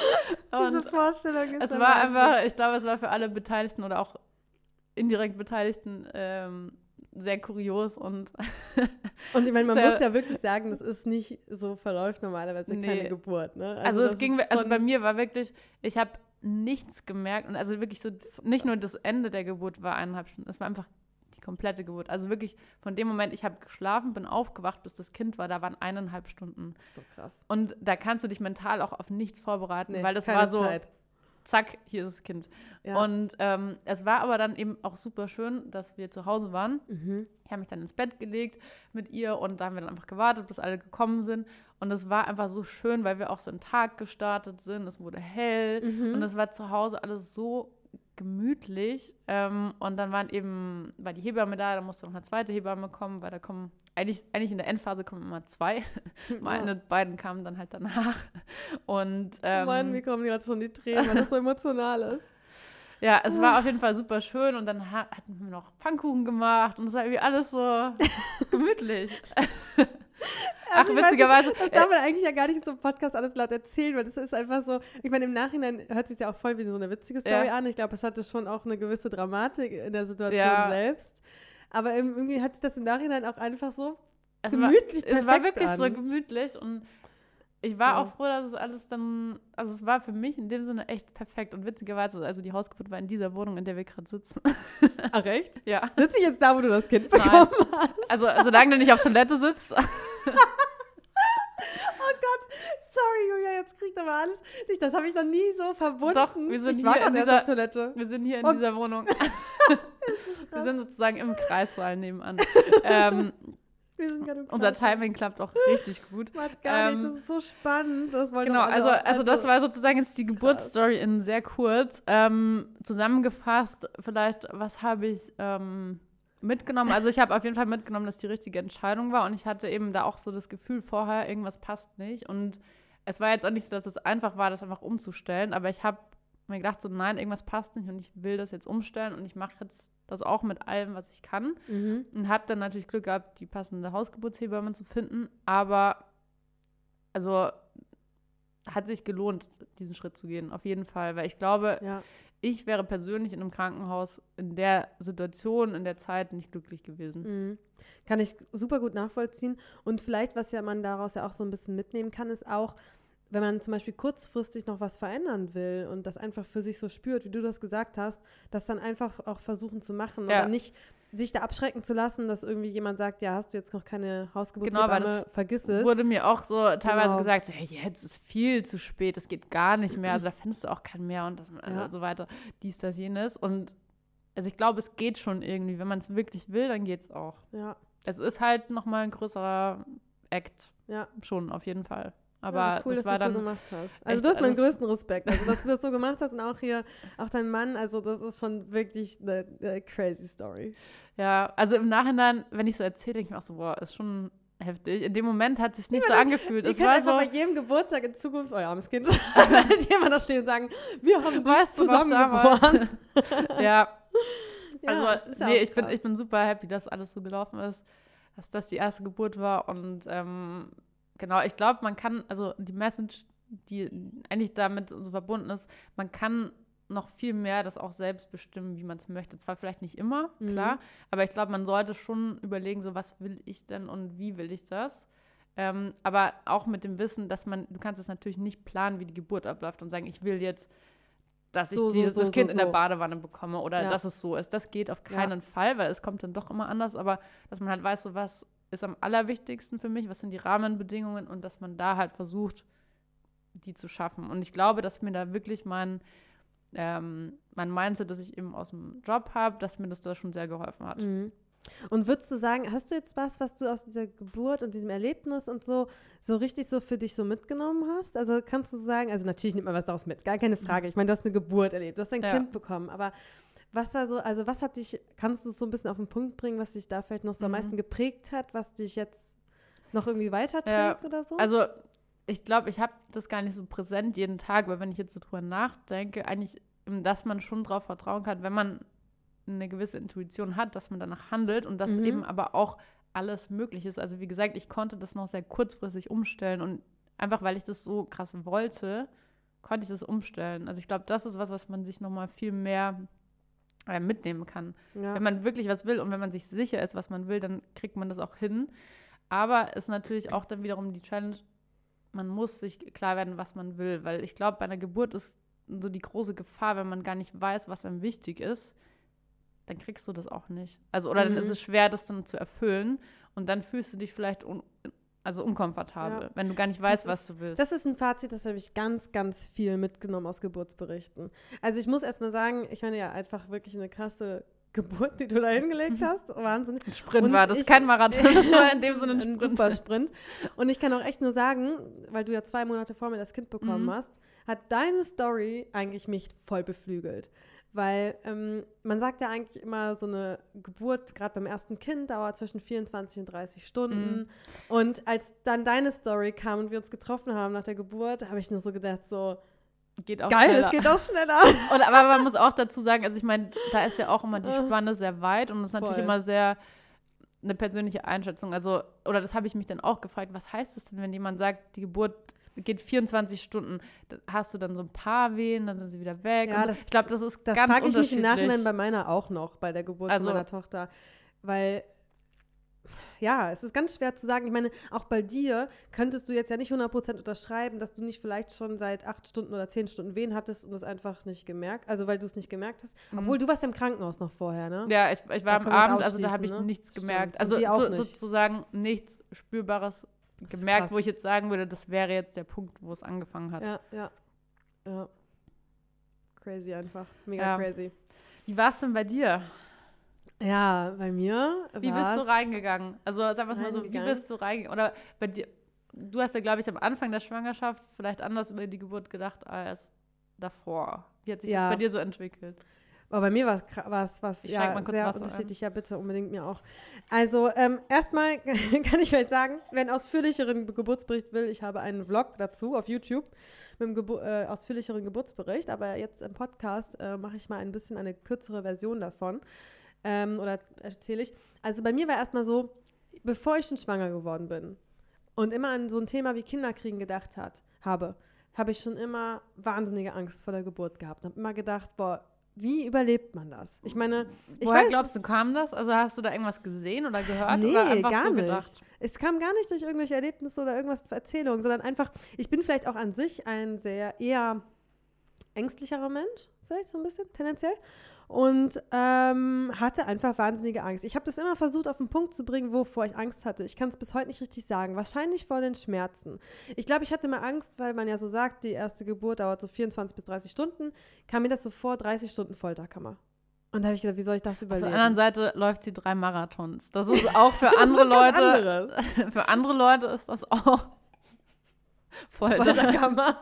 Diese Und Vorstellung ist es der war Wahnsinn. einfach, ich glaube, es war für alle Beteiligten oder auch indirekt Beteiligten ähm, sehr kurios und Und ich meine, man sehr- muss ja wirklich sagen, das ist nicht so verläuft normalerweise Nee. keine Geburt. Ne? Also, das es ging, ist also schon- bei mir war wirklich, ich habe nichts gemerkt und also wirklich so, nicht nur das Ende der Geburt war eineinhalb Stunden, es war einfach die komplette Geburt. Also wirklich von dem Moment, ich habe geschlafen, bin aufgewacht, bis das Kind war, da waren eineinhalb Stunden. so krass. Und da kannst du dich mental auch auf nichts vorbereiten, Nee, weil das keine war so, Zeit. zack, hier ist das Kind. Ja. Und ähm, es war aber dann eben auch super schön, dass wir zu Hause waren. Mhm. Ich habe mich dann ins Bett gelegt mit ihr und da haben wir dann einfach gewartet, bis alle gekommen sind. Und es war einfach so schön, weil wir auch so einen Tag gestartet sind. Es wurde hell Mhm. und es war zu Hause alles so gemütlich. Ähm, und dann waren eben, war die Hebamme da, da musste noch eine zweite Hebamme kommen, weil da kommen, eigentlich, eigentlich in der Endphase kommen immer zwei. Meine beiden kamen dann halt danach. Und ähm, Oh Mann, mir kommen gerade schon die Tränen, weil das so emotional ist. ja, es war auf jeden Fall super schön und dann ha- hatten wir noch Pfannkuchen gemacht und es war irgendwie alles so gemütlich. Ach, Also ich weiß witzigerweise, nicht, das darf man eigentlich ja gar nicht in so einem Podcast alles laut erzählen, weil das ist einfach so, ich meine, im Nachhinein hört sich ja auch voll wie so eine witzige Story Ja. an. Ich glaube, es hatte schon auch eine gewisse Dramatik in der Situation Ja. selbst. Aber irgendwie hat sich das im Nachhinein auch einfach so es war, gemütlich es war perfekt wirklich an. so gemütlich und ich war So. auch froh, dass es alles dann, also es war für mich in dem Sinne echt perfekt und witzigerweise, also die Hausgeburt war in dieser Wohnung, in der wir gerade sitzen. Ach echt? Ja, Sitze ich jetzt da, wo du das Kind Nein. bekommen hast? also solange du nicht auf Toilette sitzt. Sorry, Julia, jetzt kriege kriegt aber alles nicht. Das habe ich noch nie so verbunden. Doch, wir sind ich war hier in gerade erst dieser- auf Toilette. Wir sind hier in Und- dieser Wohnung. Wir sind sozusagen im Kreissaal nebenan. ähm, Wir sind gerade im unser Kreis. Timing klappt auch richtig gut. Macht gar Ähm, nichts, das ist so spannend. Das wollen Genau, doch alle also, auch- also das war sozusagen jetzt die krass. Geburtsstory in sehr kurz. Ähm, zusammengefasst, vielleicht, was habe ich ähm, mitgenommen? Also ich habe auf jeden Fall mitgenommen, dass die richtige Entscheidung war und ich hatte eben da auch so das Gefühl vorher, irgendwas passt nicht und es war jetzt auch nicht so, dass es einfach war, das einfach umzustellen, aber ich habe mir gedacht so, nein, irgendwas passt nicht und ich will das jetzt umstellen und ich mache jetzt das auch mit allem, was ich kann. Mhm. Und habe dann natürlich Glück gehabt, die passende Hausgeburtshebamme zu finden. Aber, also, hat sich gelohnt, diesen Schritt zu gehen, auf jeden Fall. Weil ich glaube, Ja. ich wäre persönlich in einem Krankenhaus in der Situation, in der Zeit nicht glücklich gewesen. Mhm. Kann ich super gut nachvollziehen. Und vielleicht, was ja man daraus ja auch so ein bisschen mitnehmen kann, ist auch, wenn man zum Beispiel kurzfristig noch was verändern will und das einfach für sich so spürt, wie du das gesagt hast, das dann einfach auch versuchen zu machen Ja. oder nicht sich da abschrecken zu lassen, dass irgendwie jemand sagt, ja, hast du jetzt noch keine Genau, weil Hausgeburtshebamme, das vergiss es. Wurde mir auch so teilweise Genau. gesagt, so, hey, jetzt ist viel zu spät, es geht gar nicht mehr, also da findest du auch keinen mehr und das, Ja. also so weiter, dies, das, jenes. Und also ich glaube, es geht schon irgendwie. Wenn man es wirklich will, dann geht es auch. Ja, Es ist halt nochmal ein größerer Act, ja. schon auf jeden Fall. Aber ja, cool, das dass war du das dann so gemacht hast. Also echt du hast meinen alles- größten Respekt. Also dass du das so gemacht hast und auch hier, auch dein Mann, also das ist schon wirklich eine, eine crazy Story. Ja, also im Nachhinein, wenn ich so erzähle, denke ich mir auch so, boah, ist schon heftig. In dem Moment hat es sich nicht so angefühlt. Ihr Es könnt war einfach so, bei jedem Geburtstag in Zukunft, euer armes Kind, als jemand da stehen und sagen, wir haben dich weißt du noch zusammengeboren. damals? Ja, Ja, das also ist ja nee, auch ich bin, krass. ich bin super happy, dass alles so gelaufen ist, dass das die erste Geburt war und ähm, genau, ich glaube, man kann, also die Message, die eigentlich damit so verbunden ist, man kann noch viel mehr das auch selbst bestimmen, wie man es möchte. Zwar vielleicht nicht immer, Mhm. klar, aber ich glaube, man sollte schon überlegen, so was will ich denn und wie will ich das? Ähm, aber auch mit dem Wissen, dass man, du kannst es natürlich nicht planen, wie die Geburt abläuft und sagen, ich will jetzt, dass ich So, so, dieses, so, das Kind so, in der so. Badewanne bekomme oder Ja. dass es so ist. Das geht auf Ja. keinen Fall, weil es kommt dann doch immer anders, aber dass man halt weiß, so was ist am allerwichtigsten für mich, was sind die Rahmenbedingungen und dass man da halt versucht, die zu schaffen. Und ich glaube, dass mir da wirklich mein, ähm, mein Mindset, das ich eben aus dem Job habe, dass mir das da schon sehr geholfen hat. Mhm. Und würdest du sagen, hast du jetzt was, was du aus dieser Geburt und diesem Erlebnis und so, so richtig so für dich so mitgenommen hast? Also kannst du sagen, also natürlich nimmt man was daraus mit, gar keine Frage. Ich meine, du hast eine Geburt erlebt, du hast ein Ja. Kind bekommen, aber was war so, also was hat dich, kannst du es so ein bisschen auf den Punkt bringen, was dich da vielleicht noch so am Mhm. meisten geprägt hat, was dich jetzt noch irgendwie weiterträgt Ja, oder so? Also ich glaube, ich habe das gar nicht so präsent jeden Tag, weil wenn ich jetzt so drüber nachdenke, eigentlich, ähm, dass man schon darauf vertrauen kann, wenn man eine gewisse Intuition hat, dass man danach handelt und dass Mhm. eben aber auch alles möglich ist. Also wie gesagt, ich konnte das noch sehr kurzfristig umstellen und einfach, weil ich das so krass wollte, konnte ich das umstellen. Also ich glaube, das ist was, was man sich nochmal viel mehr äh, mitnehmen kann. ja. Wenn man wirklich was will und wenn man sich sicher ist, was man will, dann kriegt man das auch hin. Aber ist natürlich auch dann wiederum die Challenge, man muss sich klar werden, was man will. Weil ich glaube, bei einer Geburt ist so die große Gefahr, wenn man gar nicht weiß, was einem wichtig ist, dann kriegst du das auch nicht. Also, oder Mhm. dann ist es schwer, das dann zu erfüllen. Und dann fühlst du dich vielleicht un also unkomfortabel, Ja. wenn du gar nicht weißt, Das was ist- du willst. Das ist ein Fazit, das habe ich ganz, ganz viel mitgenommen aus Geburtsberichten. Also ich muss erst mal sagen, ich meine ja einfach wirklich eine krasse Geburt, die du da hingelegt hast. Wahnsinn. Ein Sprint Und war das, ich- kein Marathon, das war in dem Sinne ein ein Sprint. super Sprint. Und ich kann auch echt nur sagen, weil du ja zwei Monate vor mir das Kind bekommen Mhm. hast, hat deine Story eigentlich mich voll beflügelt. Weil ähm, man sagt ja eigentlich immer, so eine Geburt, gerade beim ersten Kind, dauert zwischen vierundzwanzig und dreißig Stunden. Mhm. Und als dann deine Story kam und wir uns getroffen haben nach der Geburt, habe ich nur so gedacht, so, Geht auch geil, schneller. es geht auch schneller. Und, aber man muss auch dazu sagen, also ich meine, da ist ja auch immer die Spanne sehr weit und das ist natürlich Voll. immer sehr eine persönliche Einschätzung. Also, oder das habe ich mich dann auch gefragt, was heißt es denn, wenn jemand sagt, die Geburt geht vierundzwanzig Stunden, da hast du dann so ein paar Wehen, dann sind sie wieder weg. Ja, und so. das- Ich glaube, das ist Das ganz frage ich mich im unterschiedlich. Nachhinein bei meiner auch noch, bei der Geburt Also- meiner Tochter. Weil, ja, es ist ganz schwer zu sagen. Ich meine, auch bei dir könntest du jetzt ja nicht hundert Prozent unterschreiben, dass du nicht vielleicht schon seit acht Stunden oder zehn Stunden Wehen hattest und es einfach nicht gemerkt, also weil du es nicht gemerkt hast. Mhm. Obwohl, du warst ja im Krankenhaus noch vorher, ne? Ja, ich, ich Da war am können wir es Abend, also da habe ich ausschließen, ne? nichts Stimmt. gemerkt. Und Also die auch so, nicht. sozusagen nichts Spürbares gemerkt, krass. wo ich jetzt sagen würde, das wäre jetzt der Punkt, wo es angefangen hat. Ja, ja, ja. Crazy einfach. Mega Ja. crazy. Wie war es denn bei dir? Ja, bei mir Wie bist du war's- reingegangen? Also sag mal so, wie Reingegangen? bist du reingegangen? Oder bei dir, du hast ja, glaube ich, am Anfang der Schwangerschaft vielleicht anders über die Geburt gedacht als davor. Wie hat sich Ja. das bei dir so entwickelt? Aber bei mir war es was Ich ja, schenk mal kurz sehr Wasser ein. unterschiedlich. Ja, bitte, unbedingt mir auch. Also, ähm, erstmal kann ich vielleicht sagen, wer einen ausführlicheren Geburtsbericht will, ich habe einen Vlog dazu auf YouTube mit einem Gebu äh, ausführlicheren Geburtsbericht. Aber jetzt im Podcast äh, mache ich mal ein bisschen eine kürzere Version davon. Ähm, oder erzähle ich. Also, bei mir war erstmal so, bevor ich schon schwanger geworden bin und immer an so ein Thema wie Kinderkriegen gedacht hat, habe, habe ich schon immer wahnsinnige Angst vor der Geburt gehabt. Und habe immer gedacht, boah, wie überlebt man das? Ich meine, ich Woher weiß, glaubst du, kam das? Also hast du da irgendwas gesehen oder gehört nee, oder einfach gar so nicht. gedacht? Es kam gar nicht durch irgendwelche Erlebnisse oder irgendwas für Erzählungen, sondern einfach, ich bin vielleicht auch an sich ein sehr eher ängstlicherer Mensch, vielleicht so ein bisschen tendenziell. Und ähm, hatte einfach wahnsinnige Angst. Ich habe das immer versucht, auf den Punkt zu bringen, wovor ich Angst hatte. Ich kann es bis heute nicht richtig sagen. Wahrscheinlich vor den Schmerzen. Ich glaube, ich hatte mal Angst, weil man ja so sagt, die erste Geburt dauert so vierundzwanzig bis dreißig Stunden. Kam mir das so vor, dreißig Stunden Folterkammer. Und da habe ich gedacht, wie soll ich das Auf überleben? der anderen Seite läuft sie drei Marathons. Das ist auch für Das andere ist ganz Leute. anderes. Für andere Leute ist das auch Folter. Folterkammer.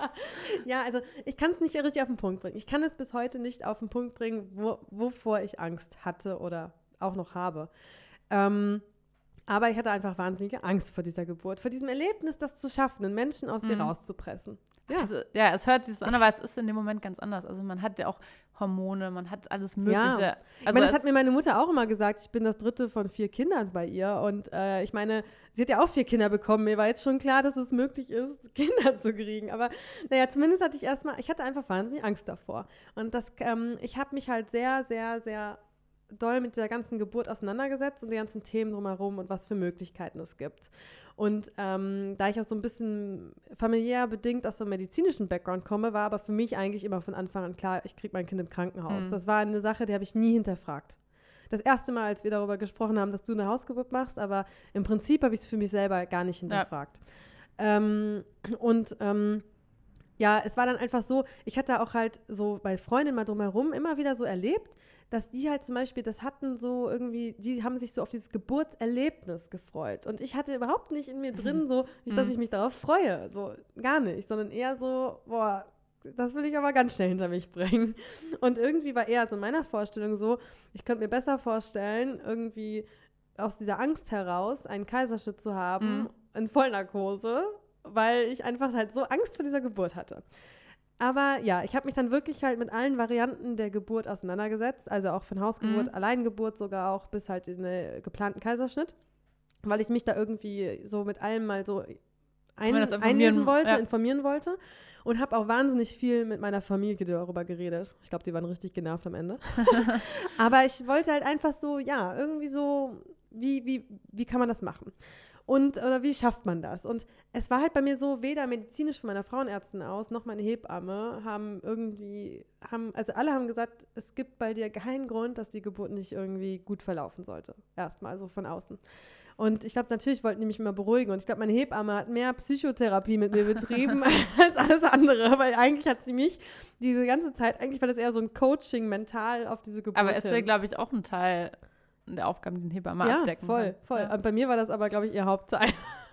Ja, also ich kann es nicht richtig auf den Punkt bringen. Ich kann es bis heute nicht auf den Punkt bringen, wo, wovor ich Angst hatte oder auch noch habe. Ähm, aber ich hatte einfach wahnsinnige Angst vor dieser Geburt, vor diesem Erlebnis, das zu schaffen, einen Menschen aus dir Mhm. rauszupressen. Ja. Also, ja, es hört sich so an, aber es ist in dem Moment ganz anders. Also man hat ja auch Hormone, man hat alles Mögliche. Ja. Ich Also meine, das es- hat mir meine Mutter auch immer gesagt. Ich bin das dritte von vier Kindern bei ihr. Und äh, ich meine, sie hat ja auch vier Kinder bekommen. Mir war jetzt schon klar, dass es möglich ist, Kinder zu kriegen. Aber naja, zumindest hatte ich erstmal, ich hatte einfach wahnsinnig Angst davor. Und das, ähm, ich habe mich halt sehr, sehr, sehr doll mit dieser ganzen Geburt auseinandergesetzt und die ganzen Themen drumherum und was für Möglichkeiten es gibt. Und ähm, da ich auch so ein bisschen familiär bedingt aus so einem medizinischen Background komme, war aber für mich eigentlich immer von Anfang an klar, ich kriege mein Kind im Krankenhaus. Mhm. Das war eine Sache, die habe ich nie hinterfragt. Das erste Mal, als wir darüber gesprochen haben, dass du eine Hausgeburt machst, aber im Prinzip habe ich es für mich selber gar nicht hinterfragt. Ja. Ähm, und ähm, ja, es war dann einfach so, ich hatte auch halt so bei Freundinnen mal drumherum immer wieder so erlebt, dass die halt zum Beispiel, das hatten so irgendwie, die haben sich so auf dieses Geburtserlebnis gefreut. Und ich hatte überhaupt nicht in mir drin so, nicht, dass ich mich darauf freue, so gar nicht, sondern eher so, boah, das will ich aber ganz schnell hinter mich bringen. Und irgendwie war eher so in meiner Vorstellung so, ich könnte mir besser vorstellen, irgendwie aus dieser Angst heraus einen Kaiserschnitt zu haben, Mhm. in Vollnarkose, weil ich einfach halt so Angst vor dieser Geburt hatte. Aber ja, ich habe mich dann wirklich halt mit allen Varianten der Geburt auseinandergesetzt, also auch von Hausgeburt, Mhm. Alleingeburt sogar auch bis halt in den geplanten Kaiserschnitt, weil ich mich da irgendwie so mit allem mal so ein, Zumindest informieren, einlesen wollte, ja. informieren wollte und habe auch wahnsinnig viel mit meiner Familie darüber geredet. Ich glaube, die waren richtig genervt am Ende. Aber ich wollte halt einfach so, ja, irgendwie so, wie, wie, wie kann man das machen? Und oder wie schafft man das? Und es war halt bei mir so, weder medizinisch von meiner Frauenärztin aus, noch meine Hebamme haben irgendwie, haben, also alle haben gesagt, es gibt bei dir keinen Grund, dass die Geburt nicht irgendwie gut verlaufen sollte. Erstmal so von außen. Und ich glaube, natürlich wollten die mich immer beruhigen. Und ich glaube, meine Hebamme hat mehr Psychotherapie mit mir betrieben als alles andere. Weil eigentlich hat sie mich diese ganze Zeit, eigentlich war das eher so ein Coaching mental auf diese Geburt aber ist ja, hin. glaube ich, auch ein Teil der Aufgaben, die ein Hebamme Ja, abdecken voll, kann. voll. Ja. Und bei mir war das aber, glaube ich, ihr Hauptteil.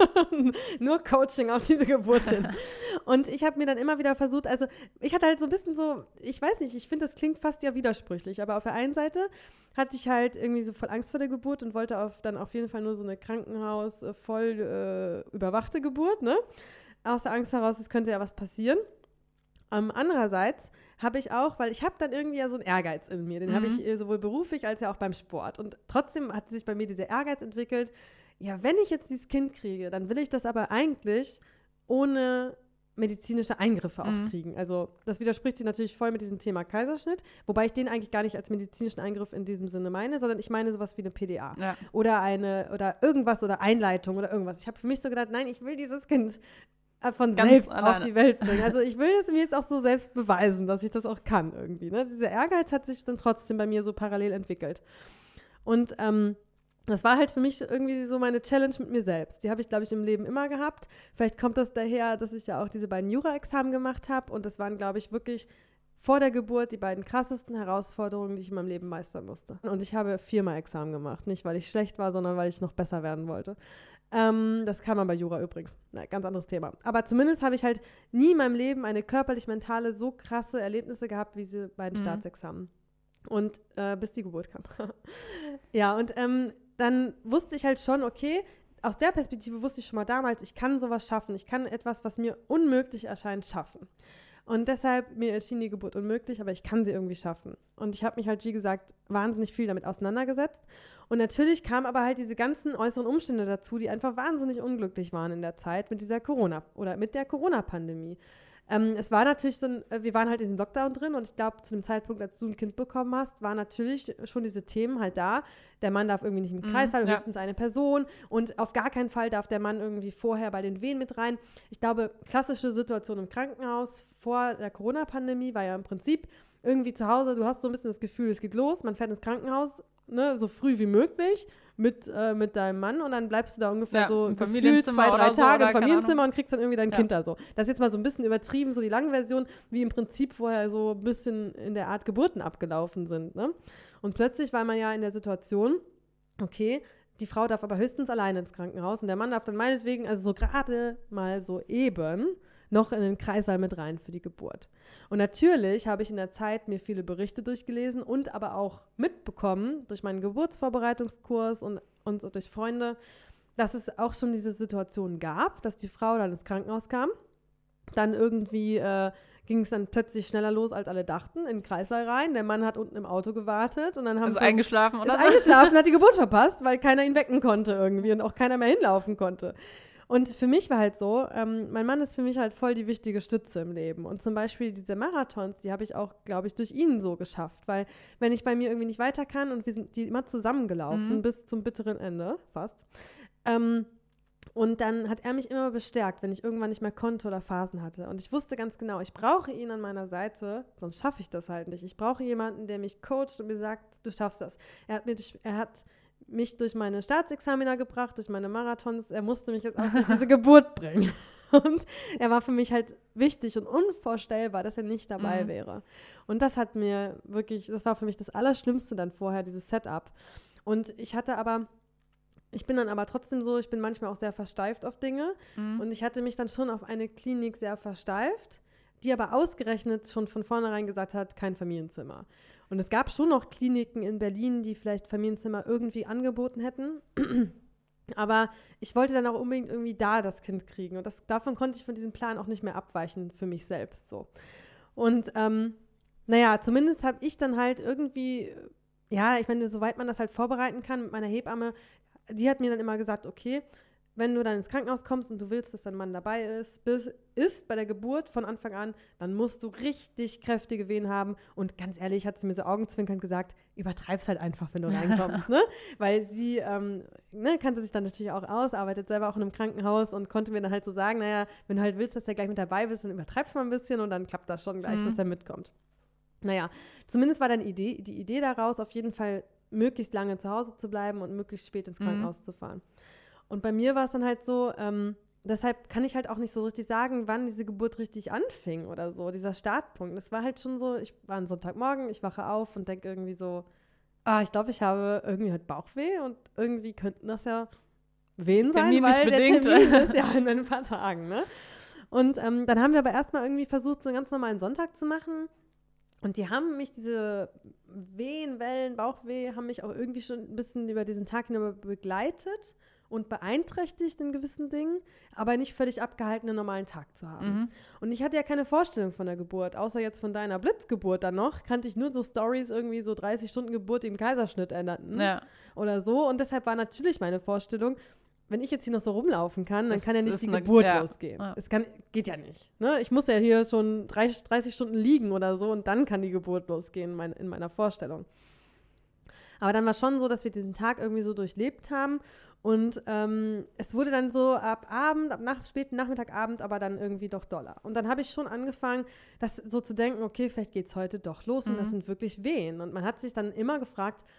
Nur Coaching auf diese Geburt hin. Und ich habe mir dann immer wieder versucht, also ich hatte halt so ein bisschen so, ich weiß nicht, ich finde, das klingt fast ja widersprüchlich, aber auf der einen Seite hatte ich halt irgendwie so voll Angst vor der Geburt und wollte auf, dann auf jeden Fall nur so eine Krankenhaus äh, voll äh, überwachte Geburt, ne? Aus der Angst heraus, es könnte ja was passieren. Ähm, andererseits habe ich auch, weil ich habe dann irgendwie ja so einen Ehrgeiz in mir, den Mhm. habe ich äh, sowohl beruflich als ja auch beim Sport. Und trotzdem hat sich bei mir dieser Ehrgeiz entwickelt, ja, wenn ich jetzt dieses Kind kriege, dann will ich das aber eigentlich ohne medizinische Eingriffe auch Mhm. kriegen. Also das widerspricht sich natürlich voll mit diesem Thema Kaiserschnitt, wobei ich den eigentlich gar nicht als medizinischen Eingriff in diesem Sinne meine, sondern ich meine sowas wie eine P D A Ja. oder eine oder irgendwas oder Einleitung oder irgendwas. Ich habe für mich so gedacht, nein, ich will dieses Kind äh, von Ganz selbst auf alleine. die Welt bringen. Also ich will es mir jetzt auch so selbst beweisen, dass ich das auch kann irgendwie. Ne? Dieser Ehrgeiz hat sich dann trotzdem bei mir so parallel entwickelt. Und ähm, das war halt für mich irgendwie so meine Challenge mit mir selbst. Die habe ich, glaube ich, im Leben immer gehabt. Vielleicht kommt das daher, dass ich ja auch diese beiden Jura-Examen gemacht habe. Und das waren, glaube ich, wirklich vor der Geburt die beiden krassesten Herausforderungen, die ich in meinem Leben meistern musste. Und ich habe viermal Examen gemacht. Nicht, weil ich schlecht war, sondern weil ich noch besser werden wollte. Ähm, das kann man bei Jura übrigens. Na, ganz anderes Thema. Aber zumindest habe ich halt nie in meinem Leben eine körperlich-mentale so krasse Erlebnisse gehabt, wie diese beiden mhm. Staatsexamen. Und äh, bis die Geburt kam. Ja, und ähm, dann wusste ich halt schon, okay, aus der Perspektive wusste ich schon mal damals, ich kann sowas schaffen. Ich kann etwas, was mir unmöglich erscheint, schaffen. Und deshalb, mir erschien die Geburt unmöglich, aber ich kann sie irgendwie schaffen. Und ich habe mich halt, wie gesagt, wahnsinnig viel damit auseinandergesetzt. Und natürlich kamen aber halt diese ganzen äußeren Umstände dazu, die einfach wahnsinnig unglücklich waren in der Zeit mit dieser Corona- oder mit der Corona-Pandemie. Ähm, es war natürlich so, ein, wir waren halt in diesem Lockdown drin und ich glaube, zu dem Zeitpunkt, als du ein Kind bekommen hast, waren natürlich schon diese Themen halt da. Der Mann darf irgendwie nicht im Kreißsaal, mm, ja. höchstens eine Person und auf gar keinen Fall darf der Mann irgendwie vorher bei den Wehen mit rein. Ich glaube, klassische Situation im Krankenhaus vor der Corona-Pandemie war ja im Prinzip irgendwie zu Hause, du hast so ein bisschen das Gefühl, es geht los, man fährt ins Krankenhaus, ne, so früh wie möglich mit, äh, mit deinem Mann und dann bleibst du da ungefähr ja, so gefühlt zwei, drei so, Tage im Familienzimmer und kriegst dann irgendwie dein ja. Kind da so. Das ist jetzt mal so ein bisschen übertrieben, so die lange Version, wie im Prinzip vorher so ein bisschen in der Art Geburten abgelaufen sind. Ne? Und plötzlich war man ja in der Situation, okay, die Frau darf aber höchstens alleine ins Krankenhaus und der Mann darf dann meinetwegen, also so gerade mal so eben, noch in den Kreißsaal mit rein für die Geburt. Und natürlich habe ich in der Zeit mir viele Berichte durchgelesen und aber auch mitbekommen durch meinen Geburtsvorbereitungskurs und, und so durch Freunde, dass es auch schon diese Situation gab, dass die Frau dann ins Krankenhaus kam. Dann irgendwie äh, ging es dann plötzlich schneller los, als alle dachten, in den Kreißsaal rein. Der Mann hat unten im Auto gewartet und dann haben also eingeschlafen oder ist eingeschlafen, hat die Geburt verpasst, weil keiner ihn wecken konnte irgendwie und auch keiner mehr hinlaufen konnte. Und für mich war halt so, ähm, mein Mann ist für mich halt voll die wichtige Stütze im Leben. Und zum Beispiel diese Marathons, die habe ich auch, glaube ich, durch ihn so geschafft. Weil wenn ich bei mir irgendwie nicht weiter kann und wir sind die immer zusammengelaufen, mhm. bis zum bitteren Ende fast. Ähm, und dann hat er mich immer bestärkt, wenn ich irgendwann nicht mehr konnte oder Phasen hatte. Und ich wusste ganz genau, ich brauche ihn an meiner Seite, sonst schaffe ich das halt nicht. Ich brauche jemanden, der mich coacht und mir sagt, du schaffst das. Er hat mir, er hat mich durch meine Staatsexamina gebracht, durch meine Marathons. Er musste mich jetzt auch durch diese Geburt bringen. Und er war für mich halt wichtig und unvorstellbar, dass er nicht dabei mhm. wäre. Und das hat mir wirklich, das war für mich das Allerschlimmste dann vorher, dieses Setup. Und ich hatte aber, ich bin dann aber trotzdem so, ich bin manchmal auch sehr versteift auf Dinge. Mhm. Und ich hatte mich dann schon auf eine Klinik sehr versteift, die aber ausgerechnet schon von vornherein gesagt hat, kein Familienzimmer. Und es gab schon noch Kliniken in Berlin, die vielleicht Familienzimmer irgendwie angeboten hätten. Aber ich wollte dann auch unbedingt irgendwie da das Kind kriegen. Und das, davon konnte ich von diesem Plan auch nicht mehr abweichen für mich selbst so. Und ähm, naja, zumindest habe ich dann halt irgendwie, ja, ich meine, soweit man das halt vorbereiten kann mit meiner Hebamme, die hat mir dann immer gesagt, okay, wenn du dann ins Krankenhaus kommst und du willst, dass dein Mann dabei ist, bis, ist bei der Geburt von Anfang an, dann musst du richtig kräftige Wehen haben. Und ganz ehrlich, hat sie mir so augenzwinkernd gesagt, übertreib's halt einfach, wenn du reinkommst. Ne? Weil sie ähm, ne, kannte sich dann natürlich auch aus, arbeitet selber auch in einem Krankenhaus und konnte mir dann halt so sagen, naja, wenn du halt willst, dass der gleich mit dabei bist, dann übertreib's mal ein bisschen und dann klappt das schon gleich, mhm. dass er mitkommt. Naja, zumindest war dann Idee, die Idee daraus, auf jeden Fall möglichst lange zu Hause zu bleiben und möglichst spät ins Krankenhaus mhm. zu fahren. Und bei mir war es dann halt so, ähm, deshalb kann ich halt auch nicht so richtig sagen, wann diese Geburt richtig anfing oder so, dieser Startpunkt. Das war halt schon so, ich war ein Sonntagmorgen, ich wache auf und denke irgendwie so, ah, ich glaube, ich habe irgendwie heute Bauchweh und irgendwie könnten das ja Wehen sein, Terminlich weil bedingt. Der Termin ist ja in ein paar Tagen, ne? Und ähm, dann haben wir aber erstmal irgendwie versucht, so einen ganz normalen Sonntag zu machen. Und die haben mich, diese Wehen, Wellen, Bauchweh, haben mich auch irgendwie schon ein bisschen über diesen Tag hinüber begleitet und beeinträchtigt in gewissen Dingen, aber nicht völlig abgehalten, einen normalen Tag zu haben. Mhm. Und ich hatte ja keine Vorstellung von der Geburt, außer jetzt von deiner Blitzgeburt dann noch, kannte ich nur so Stories, irgendwie so dreißig Stunden Geburt, die im Kaiserschnitt endeten ja. oder so. Und deshalb war natürlich meine Vorstellung, wenn ich jetzt hier noch so rumlaufen kann, dann das kann ja nicht die eine, Geburt ja. losgehen. Ja. Es kann, geht ja nicht. Ne? Ich muss ja hier schon dreißig Stunden liegen oder so und dann kann die Geburt losgehen in, mein, in meiner Vorstellung. Aber dann war schon so, dass wir diesen Tag irgendwie so durchlebt haben und ähm, es wurde dann so ab Abend, ab nach, späten Nachmittagabend, aber dann irgendwie doch doller. Und dann habe ich schon angefangen, das so zu denken, okay, vielleicht geht es heute doch los mhm. und das sind wirklich Wehen. Und man hat sich dann immer gefragt,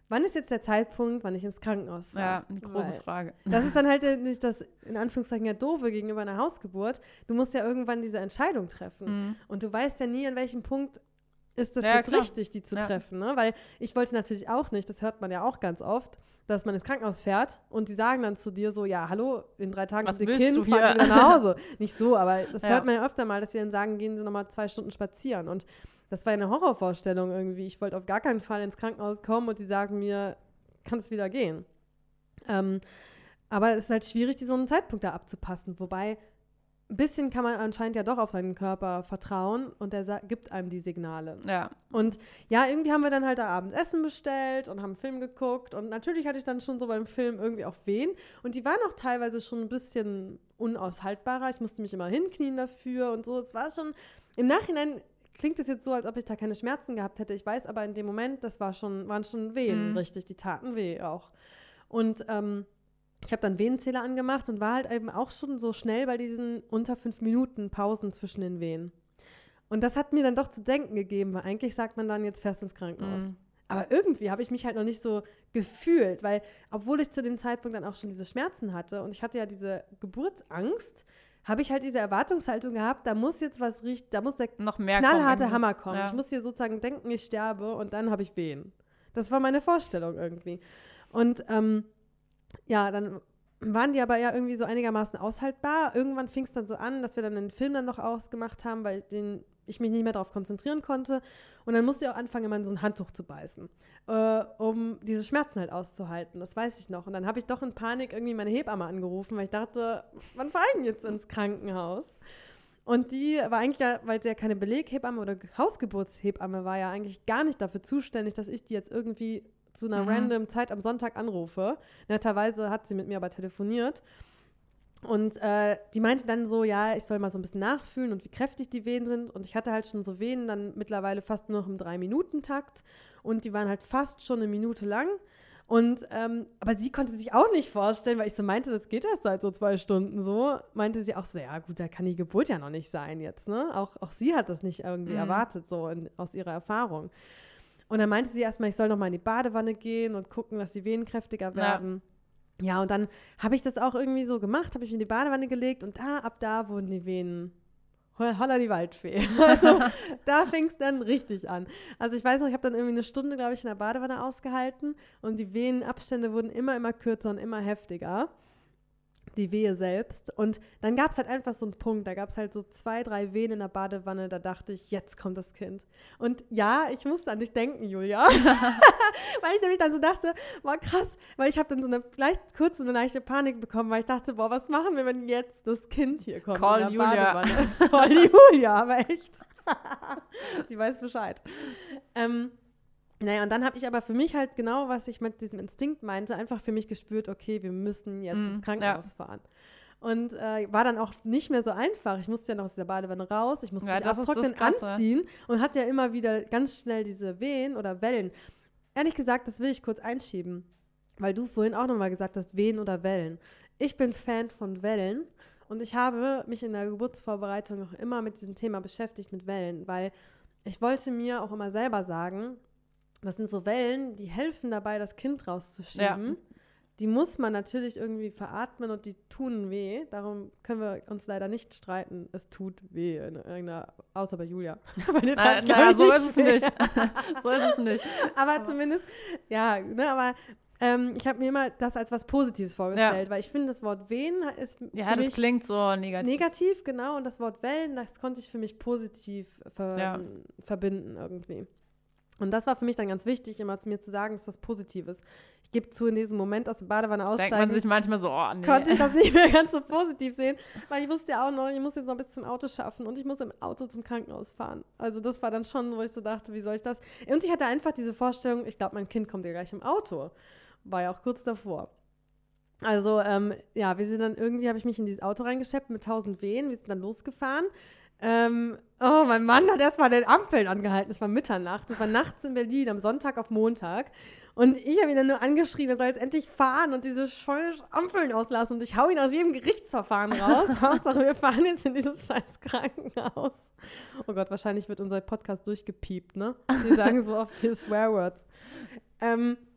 wann ist jetzt der Zeitpunkt, wann ich ins Krankenhaus fahre? Ja, eine große Weil Frage. Das ist dann halt nicht das, in Anführungszeichen, ja doofe gegenüber einer Hausgeburt. Du musst ja irgendwann diese Entscheidung treffen. Mhm. Und du weißt ja nie, an welchem Punkt ist das Ja, jetzt klar. richtig, die zu Ja. treffen. Ne? Weil ich wollte natürlich auch nicht, das hört man ja auch ganz oft, dass man ins Krankenhaus fährt und die sagen dann zu dir so, ja, hallo, in drei Tagen Was ist ihr willst Kind, du fahren hier? Sie wieder nach Hause. Nicht so, aber das Ja. hört man ja öfter mal, dass sie dann sagen, gehen Sie nochmal zwei Stunden spazieren. Und das war ja eine Horrorvorstellung irgendwie. Ich wollte auf gar keinen Fall ins Krankenhaus kommen und die sagen mir, kann es wieder gehen. Ähm, aber es ist halt schwierig, die so einen Zeitpunkt da abzupassen. Wobei, ein bisschen kann man anscheinend ja doch auf seinen Körper vertrauen und der sa- gibt einem die Signale. Ja. Und ja, irgendwie haben wir dann halt da abends Essen bestellt und haben einen Film geguckt. Und natürlich hatte ich dann schon so beim Film irgendwie auch Wehen. Und die waren auch teilweise schon ein bisschen unaushaltbarer. Ich musste mich immer hinknien dafür und so. Es war schon, im Nachhinein klingt es jetzt so, als ob ich da keine Schmerzen gehabt hätte. Ich weiß aber in dem Moment, das war schon, waren schon Wehen, Mhm. richtig. Die taten weh auch. Und ähm, ich habe dann Venenzähler angemacht und war halt eben auch schon so schnell bei diesen unter fünf Minuten Pausen zwischen den Wehen. Und das hat mir dann doch zu denken gegeben, weil eigentlich sagt man dann, jetzt fährst du ins Krankenhaus. Mhm. Aber irgendwie habe ich mich halt noch nicht so gefühlt, weil obwohl ich zu dem Zeitpunkt dann auch schon diese Schmerzen hatte und ich hatte ja diese Geburtsangst, habe ich halt diese Erwartungshaltung gehabt, da muss jetzt was richtig, da muss der Noch mehr knallharte kommen. Hammer kommen. Ja. Ich muss hier sozusagen denken, ich sterbe und dann habe ich Wehen. Das war meine Vorstellung irgendwie. Und ähm, ja, dann waren die aber ja irgendwie so einigermaßen aushaltbar. Irgendwann fing es dann so an, dass wir dann den Film dann noch ausgemacht haben, weil den, ich mich nicht mehr darauf konzentrieren konnte. Und dann musste ich auch anfangen, immer in so ein Handtuch zu beißen, äh, um diese Schmerzen halt auszuhalten. Das weiß ich noch. Und dann habe ich doch in Panik irgendwie meine Hebamme angerufen, weil ich dachte, wann fahre ich denn jetzt ins Krankenhaus? Und die war eigentlich ja, weil sie ja keine Beleghebamme oder Hausgeburtshebamme war, ja eigentlich gar nicht dafür zuständig, dass ich die jetzt irgendwie zu einer Mhm. random Zeit am Sonntag anrufe. Netterweise hat sie mit mir aber telefoniert. Und äh, die meinte dann so, ja, ich soll mal so ein bisschen nachfühlen und wie kräftig die Wehen sind. Und ich hatte halt schon so Wehen dann mittlerweile fast nur noch im Drei-Minuten-Takt. Und die waren halt fast schon eine Minute lang. Und, ähm, aber sie konnte sich auch nicht vorstellen, weil ich so meinte, das geht erst seit so zwei Stunden so, meinte sie auch so, ja gut, da kann die Geburt ja noch nicht sein jetzt, ne? Auch, auch sie hat das nicht irgendwie Mhm. erwartet, so in, aus ihrer Erfahrung. Und dann meinte sie erstmal, ich soll noch mal in die Badewanne gehen und gucken, dass die Venen kräftiger werden. Ja, ja und dann habe ich das auch irgendwie so gemacht, habe ich in die Badewanne gelegt und da, ab da wurden die Venen ho- holla die Waldfee. Also da fing es dann richtig an. Also ich weiß noch, ich habe dann irgendwie eine Stunde, glaube ich, in der Badewanne ausgehalten und die Venenabstände wurden immer, immer kürzer und immer heftiger. Die Wehe selbst. Und dann gab es halt einfach so einen Punkt, da gab es halt so zwei, drei Wehen in der Badewanne, da dachte ich, jetzt kommt das Kind. Und ja, ich musste an dich denken, Julia. Weil ich nämlich dann so dachte, boah, krass, weil ich habe dann so eine leicht kurze, eine leichte Panik bekommen, weil ich dachte, boah, was machen wir, wenn jetzt das Kind hier kommt Call in der Julia. Badewanne? Call Julia, aber echt. Sie weiß Bescheid. Ähm, Naja, und dann habe ich aber für mich halt genau, was ich mit diesem Instinkt meinte, einfach für mich gespürt, okay, wir müssen jetzt Mm, ins Krankenhaus fahren. Und äh, war dann auch nicht mehr so einfach. Ich musste ja noch aus der Badewanne raus, ich musste Ja, mich das ist das abtrocknen, Krasse. anziehen und hatte ja immer wieder ganz schnell diese Wehen oder Wellen. Ehrlich gesagt, das will ich kurz einschieben, weil du vorhin auch nochmal gesagt hast, Wehen oder Wellen. Ich bin Fan von Wellen und ich habe mich in der Geburtsvorbereitung auch immer mit diesem Thema beschäftigt, mit Wellen, weil ich wollte mir auch immer selber sagen, das sind so Wellen, die helfen dabei, das Kind rauszuschieben. Ja. Die muss man natürlich irgendwie veratmen und die tun weh. Darum können wir uns leider nicht streiten. Es tut weh, in irgendeiner, außer bei Julia. Bei dir Na, tat's, naja, glaub ich, so ist es weh. nicht. So ist es nicht. Aber zumindest, ja, ne, aber ähm, ich habe mir immer das als was Positives vorgestellt, weil ich finde, das Wort Wehen ist Ja, für das mich klingt so negativ. negativ, genau. Und das Wort Wellen, das konnte ich für mich positiv ver Ja. verbinden irgendwie. Und das war für mich dann ganz wichtig, immer zu mir zu sagen, es ist was Positives. Ich gebe zu, in diesem Moment aus der Badewanne Denkt aussteigen, man sich manchmal so, oh nee. konnte ich das nicht mehr ganz so positiv sehen, weil ich wusste ja auch noch, ich muss jetzt noch bis zum Auto schaffen und ich muss im Auto zum Krankenhaus fahren. Also das war dann schon, wo ich so dachte, wie soll ich das? Und ich hatte einfach diese Vorstellung, ich glaube, mein Kind kommt ja gleich im Auto. War ja auch kurz davor. Also ähm, ja, wir sind dann irgendwie, habe ich mich in dieses Auto reingeschleppt mit tausend Wehen, wir sind dann losgefahren. Ähm, oh, mein Mann hat erstmal den Ampeln angehalten. Es war Mitternacht. Es war nachts in Berlin, am Sonntag auf Montag. Und ich habe ihn dann nur angeschrien, er soll jetzt endlich fahren und diese scheiß Ampeln auslassen. Und ich hau ihn aus jedem Gerichtsverfahren raus. Hauptsache, wir fahren jetzt in dieses scheiß Krankenhaus. Oh Gott, wahrscheinlich wird unser Podcast durchgepiept, ne? Die sagen so oft hier Swearwords. Ähm,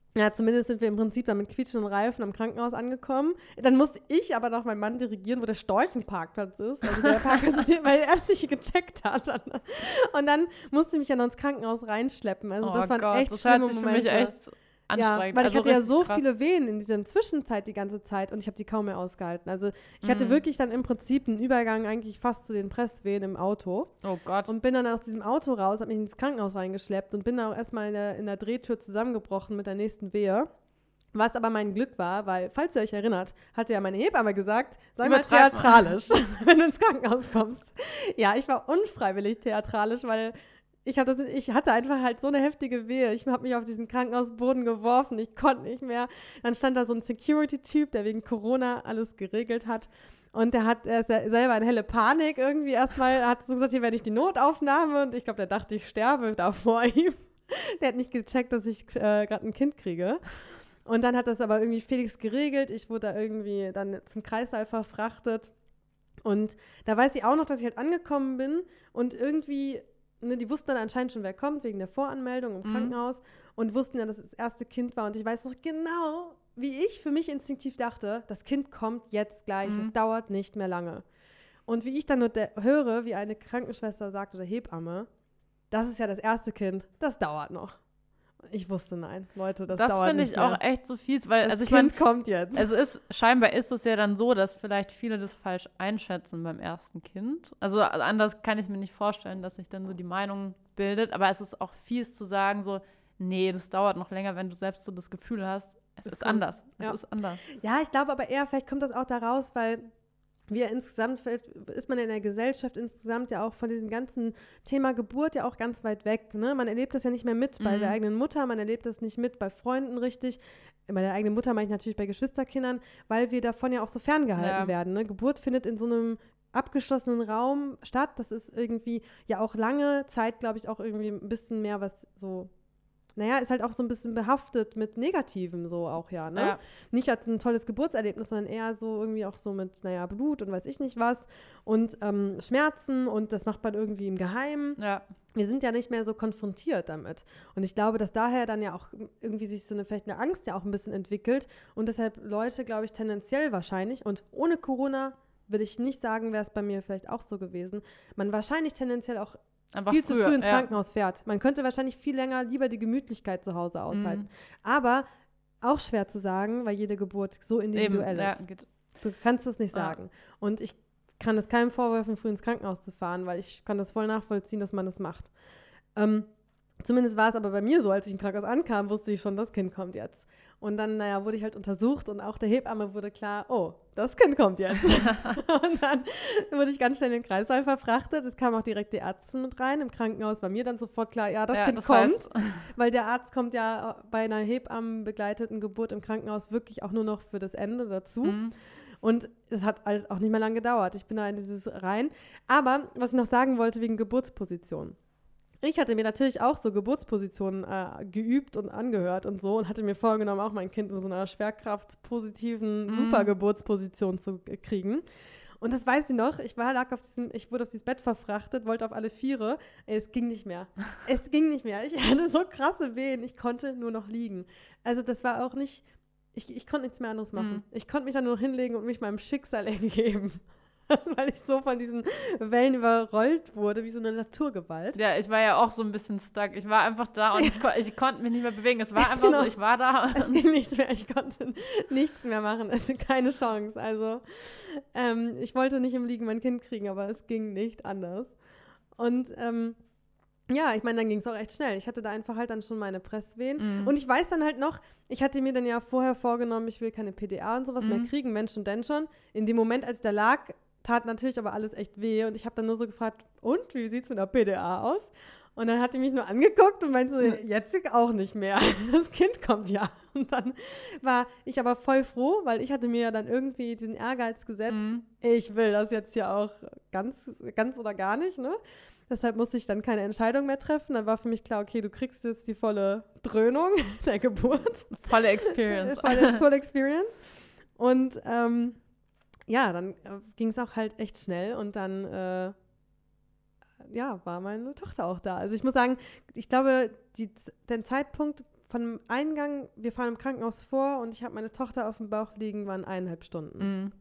Ja, zumindest sind wir im Prinzip dann mit quietschenden Reifen am Krankenhaus angekommen. Dann musste ich aber noch meinen Mann dirigieren, wo der Storchenparkplatz ist. Also der Parkplatz, weil er es nicht gecheckt hat. Und dann musste ich mich ja noch ins Krankenhaus reinschleppen. Also oh das waren Gott, echt das schlimme hört sich Momente. Für mich echt anstrengend. Ja, weil also ich hatte ja so krass. viele Wehen in dieser Zwischenzeit die ganze Zeit und ich habe die kaum mehr ausgehalten. Also ich hatte Mhm. wirklich dann im Prinzip einen Übergang eigentlich fast zu den Presswehen im Auto. Oh Gott. Und bin dann aus diesem Auto raus, habe mich ins Krankenhaus reingeschleppt und bin dann auch erstmal in der, in der Drehtür zusammengebrochen mit der nächsten Wehe. Was aber mein Glück war, weil, falls ihr euch erinnert, hatte ja meine Hebamme gesagt, sei mal Übertreib theatralisch, wenn du ins Krankenhaus kommst. Ja, ich war unfreiwillig theatralisch, weil ich, hab das, ich hatte einfach halt so eine heftige Wehe. Ich habe mich auf diesen Krankenhausboden geworfen, ich konnte nicht mehr. Dann stand da so ein Security-Typ, der wegen Corona alles geregelt hat. Und der hat er ist ja selber in helle Panik irgendwie erstmal, hat so gesagt, hier werde ich die Notaufnahme. Und ich glaube, der dachte, ich sterbe da vor ihm. Der hat nicht gecheckt, dass ich äh, gerade ein Kind kriege. Und dann hat das aber irgendwie Felix geregelt. Ich wurde da irgendwie dann zum Kreissaal verfrachtet. Und da weiß ich auch noch, dass ich halt angekommen bin und irgendwie, ne, die wussten dann anscheinend schon, wer kommt, wegen der Voranmeldung im Mhm. Krankenhaus und wussten ja, dass es das erste Kind war. Und ich weiß noch genau, wie ich für mich instinktiv dachte, das Kind kommt jetzt gleich, es Mhm. dauert nicht mehr lange. Und wie ich dann nur der, höre, wie eine Krankenschwester sagt oder Hebamme, das ist ja das erste Kind, das dauert noch. Ich wusste, nein, Leute, das, das dauert finde nicht ich mehr. auch echt so fies, weil, Das also ich Kind meine, kommt jetzt. also ist, scheinbar ist es ja dann so, dass vielleicht viele das falsch einschätzen beim ersten Kind. Also anders kann ich mir nicht vorstellen, dass sich dann so die Meinung bildet, aber es ist auch fies zu sagen so, nee, das dauert noch länger, wenn du selbst so das Gefühl hast, es Es ist kommt. anders, es Ja. ist anders. Ja, ich glaube aber eher, vielleicht kommt das auch daraus, weil wir insgesamt, vielleicht ist man in der Gesellschaft insgesamt ja auch von diesem ganzen Thema Geburt ja auch ganz weit weg. Ne? Man erlebt das ja nicht mehr mit bei Mhm. der eigenen Mutter, man erlebt das nicht mit bei Freunden richtig. Bei der eigenen Mutter meine ich natürlich bei Geschwisterkindern, weil wir davon ja auch so ferngehalten Ja. werden. Ne? Geburt findet in so einem abgeschlossenen Raum statt. Das ist irgendwie ja auch lange Zeit, glaube ich, auch irgendwie ein bisschen mehr was so. Naja, ist halt auch so ein bisschen behaftet mit Negativem so auch, ja, ne? Ja. Nicht als ein tolles Geburtserlebnis, sondern eher so irgendwie auch so mit, naja, Blut und weiß ich nicht was und ähm, Schmerzen und das macht man irgendwie im Geheimen. Ja. Wir sind ja nicht mehr so konfrontiert damit. Und ich glaube, dass daher dann ja auch irgendwie sich so eine, vielleicht eine Angst ja auch ein bisschen entwickelt und deshalb Leute, glaube ich, tendenziell wahrscheinlich und ohne Corona will ich nicht sagen, wäre es bei mir vielleicht auch so gewesen, man wahrscheinlich tendenziell auch Einfach viel zu früher, früh ins ja. Krankenhaus fährt. Man könnte wahrscheinlich viel länger lieber die Gemütlichkeit zu Hause aushalten. Mhm. Aber auch schwer zu sagen, weil jede Geburt so individuell Eben, ja, ist. geht. Du kannst es nicht Ja. sagen. Und ich kann es keinem vorwerfen, früh ins Krankenhaus zu fahren, weil ich kann das voll nachvollziehen, dass man das macht. Ähm, zumindest war es aber bei mir so, als ich im Krankenhaus ankam, wusste ich schon, das Kind kommt jetzt. Und dann, naja, wurde ich halt untersucht und auch der Hebamme wurde klar, oh, das Kind kommt jetzt. Und dann wurde ich ganz schnell in den Kreissaal verfrachtet. Es kamen auch direkt die Ärzte mit rein. Im Krankenhaus war mir dann sofort klar, ja, das Ja, Kind das kommt. heißt- Weil der Arzt kommt ja bei einer hebammenbegleiteten Geburt im Krankenhaus wirklich auch nur noch für das Ende dazu. Mhm. Und es hat halt auch nicht mehr lange gedauert. Ich bin da in dieses rein. Aber was ich noch sagen wollte wegen Geburtsposition. Ich hatte mir natürlich auch so Geburtspositionen äh, geübt und angehört und so und hatte mir vorgenommen, auch mein Kind in so einer schwerkraftspositiven Mhm. Supergeburtsposition zu k- kriegen. Und das weiß ich noch, ich war, lag auf diesem, ich wurde auf dieses Bett verfrachtet, wollte auf alle Viere. Ey, es ging nicht mehr. Es ging nicht mehr. Ich hatte so krasse Wehen, ich konnte nur noch liegen. Also das war auch nicht, ich, ich konnte nichts mehr anderes machen. Mhm. Ich konnte mich dann nur noch hinlegen und mich meinem Schicksal ergeben. Weil ich so von diesen Wellen überrollt wurde, wie so eine Naturgewalt. Ja, ich war ja auch so ein bisschen stuck. Ich war einfach da und ich, ko ich konnte mich nicht mehr bewegen. Es war einfach Genau. so, ich war da. Es ging nichts mehr, ich konnte nichts mehr machen, es ist keine Chance. Also ähm, ich wollte nicht im Liegen mein Kind kriegen, aber es ging nicht anders. Und ähm, ja, ich meine, dann ging es auch echt schnell. Ich hatte da einfach halt dann schon meine Presswehen. Mhm. Und ich weiß dann halt noch, ich hatte mir dann ja vorher vorgenommen, ich will keine P D A und sowas Mhm. mehr kriegen, Mensch und denn schon. In dem Moment, als ich da lag, tat natürlich aber alles echt weh. Und ich habe dann nur so gefragt, und, wie sieht es mit der P D A aus? Und dann hat die mich nur angeguckt und meinte so, jetzt auch nicht mehr. Das Kind kommt ja. Und dann war ich aber voll froh, weil ich hatte mir ja dann irgendwie diesen Ehrgeiz gesetzt, Mhm. ich will das jetzt ja auch ganz, ganz oder gar nicht, ne? Deshalb musste ich dann keine Entscheidung mehr treffen. Dann war für mich klar, okay, du kriegst jetzt die volle Dröhnung der Geburt. Volle Experience. volle, volle Experience. Und ähm, ja, dann äh, ging es auch halt echt schnell und dann äh, ja, war meine Tochter auch da. Also ich muss sagen, ich glaube, die, den Zeitpunkt von Eingang, wir fahren im Krankenhaus vor und ich habe meine Tochter auf dem Bauch liegen, waren eineinhalb Stunden. Mhm.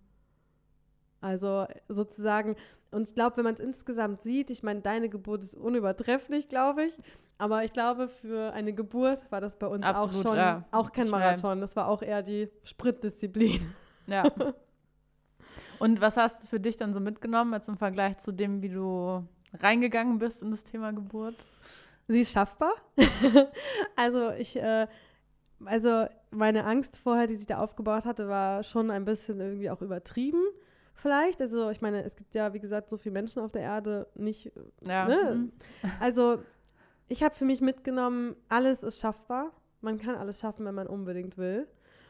Also sozusagen, und ich glaube, wenn man es insgesamt sieht, ich meine, deine Geburt ist unübertrefflich, glaube ich, aber ich glaube, für eine Geburt war das bei uns Absolut, auch schon, ja. auch kein Schnell. Marathon, das war auch eher die Sprintdisziplin. Ja. Und was hast du für dich dann so mitgenommen, jetzt im Vergleich zu dem, wie du reingegangen bist in das Thema Geburt? Sie ist schaffbar. Also ich, äh, also meine Angst vorher, die sich da aufgebaut hatte, war schon ein bisschen irgendwie auch übertrieben vielleicht. Also ich meine, es gibt ja, wie gesagt, so viele Menschen auf der Erde, nicht, Ja. ne? Mhm. Also ich habe für mich mitgenommen, alles ist schaffbar. Man kann alles schaffen, wenn man unbedingt will.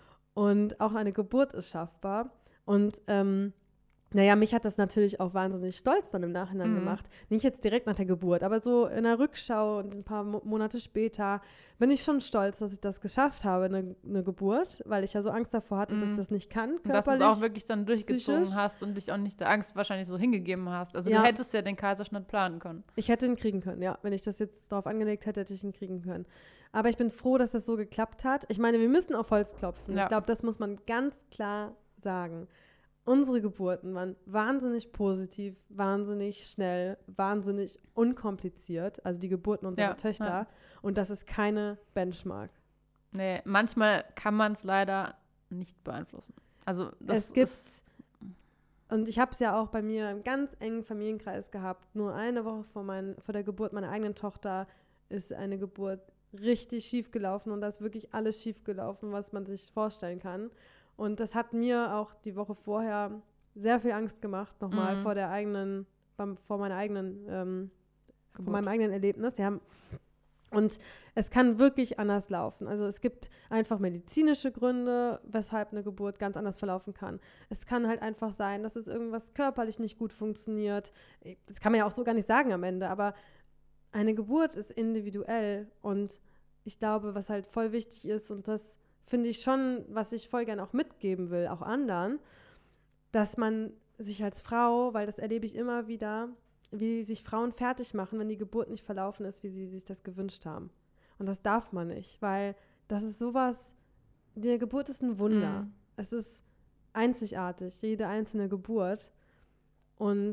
Und auch eine Geburt ist schaffbar. Und ähm, naja, mich hat das natürlich auch wahnsinnig stolz dann im Nachhinein Mhm. gemacht. Nicht jetzt direkt nach der Geburt, aber so in der Rückschau und ein paar Mo- Monate später bin ich schon stolz, dass ich das geschafft habe, eine, eine Geburt, weil ich ja so Angst davor hatte, dass ich Mhm. das nicht kann, Und dass du körperlich. es auch wirklich dann durchgezogen psychisch. hast und dich auch nicht der Angst wahrscheinlich so hingegeben hast. Also Ja. du hättest ja den Kaiserschnitt planen können. Ich hätte ihn kriegen können, ja. Wenn ich das jetzt drauf angelegt hätte, hätte ich ihn kriegen können. Aber ich bin froh, dass das so geklappt hat. Ich meine, wir müssen auf Holz klopfen. Ja. Ich glaube, das muss man ganz klar sagen. Unsere Geburten waren wahnsinnig positiv, wahnsinnig schnell, wahnsinnig unkompliziert. Also die Geburten unserer Ja, Töchter. ja. Und das ist keine Benchmark. Nee, manchmal kann man es leider nicht beeinflussen. Also das es gibt, ist, und ich habe es ja auch bei mir im ganz engen Familienkreis gehabt, nur eine Woche vor, mein, vor der Geburt meiner eigenen Tochter ist eine Geburt richtig schief gelaufen und da ist wirklich alles schief gelaufen, was man sich vorstellen kann. Und das hat mir auch die Woche vorher sehr viel Angst gemacht, nochmal Mhm. vor der eigenen, beim, vor meiner eigenen, ähm, vor Geburt. meinem eigenen Erlebnis. Ja. Und es kann wirklich anders laufen. Also es gibt einfach medizinische Gründe, weshalb eine Geburt ganz anders verlaufen kann. Es kann halt einfach sein, dass es irgendwas körperlich nicht gut funktioniert. Das kann man ja auch so gar nicht sagen am Ende, aber eine Geburt ist individuell und ich glaube, was halt voll wichtig ist und das finde ich schon, was ich voll gern auch mitgeben will, auch anderen, dass man sich als Frau, weil das erlebe ich immer wieder, wie sich Frauen fertig machen, wenn die Geburt nicht verlaufen ist, wie sie sich das gewünscht haben. Und das darf man nicht, weil das ist sowas, die Geburt ist ein Wunder. Mhm. Es ist einzigartig, jede einzelne Geburt. Und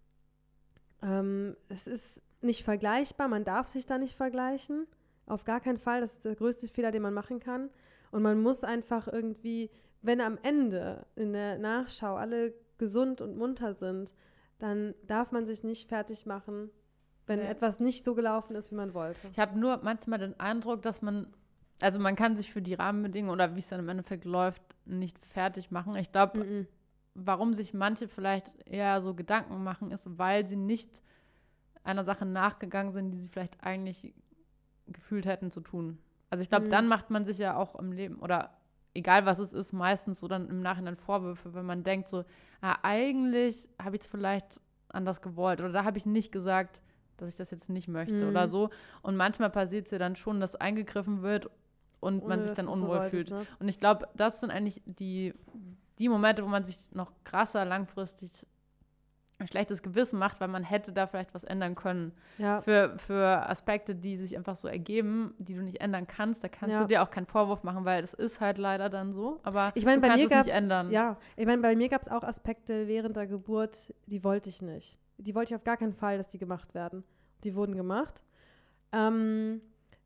ähm, es ist nicht vergleichbar, man darf sich da nicht vergleichen. Auf gar keinen Fall, das ist der größte Fehler, den man machen kann. Und man muss einfach irgendwie, wenn am Ende in der Nachschau alle gesund und munter sind, dann darf man sich nicht fertig machen, wenn Ja. etwas nicht so gelaufen ist, wie man wollte. Ich habe nur manchmal den Eindruck, dass man, also man kann sich für die Rahmenbedingungen oder wie es dann im Endeffekt läuft, nicht fertig machen. Ich glaube, Mhm. warum sich manche vielleicht eher so Gedanken machen, ist, weil sie nicht einer Sache nachgegangen sind, die sie vielleicht eigentlich gefühlt hätten zu tun. Also ich glaube, Mhm. dann macht man sich ja auch im Leben oder egal was es ist, meistens so dann im Nachhinein Vorwürfe, wenn man denkt so, ah, eigentlich habe ich es vielleicht anders gewollt oder da habe ich nicht gesagt, dass ich das jetzt nicht möchte Mhm. oder so. Und manchmal passiert es ja dann schon, dass eingegriffen wird und Ohne, man sich dass dann du so unwohl wolltest, fühlt. ne? Und ich glaube, das sind eigentlich die, die Momente, wo man sich noch krasser langfristig ein schlechtes Gewissen macht, weil man hätte da vielleicht was ändern können. Ja. Für, für Aspekte, die sich einfach so ergeben, die du nicht ändern kannst, da kannst Ja. du dir auch keinen Vorwurf machen, weil das ist halt leider dann so. Aber Ich meine, du bei kannst mir es gab's, nicht ändern. ja, ich meine, bei mir gab es auch Aspekte während der Geburt, die wollte ich nicht. Die wollte ich auf gar keinen Fall, dass die gemacht werden. Die wurden gemacht. Ähm,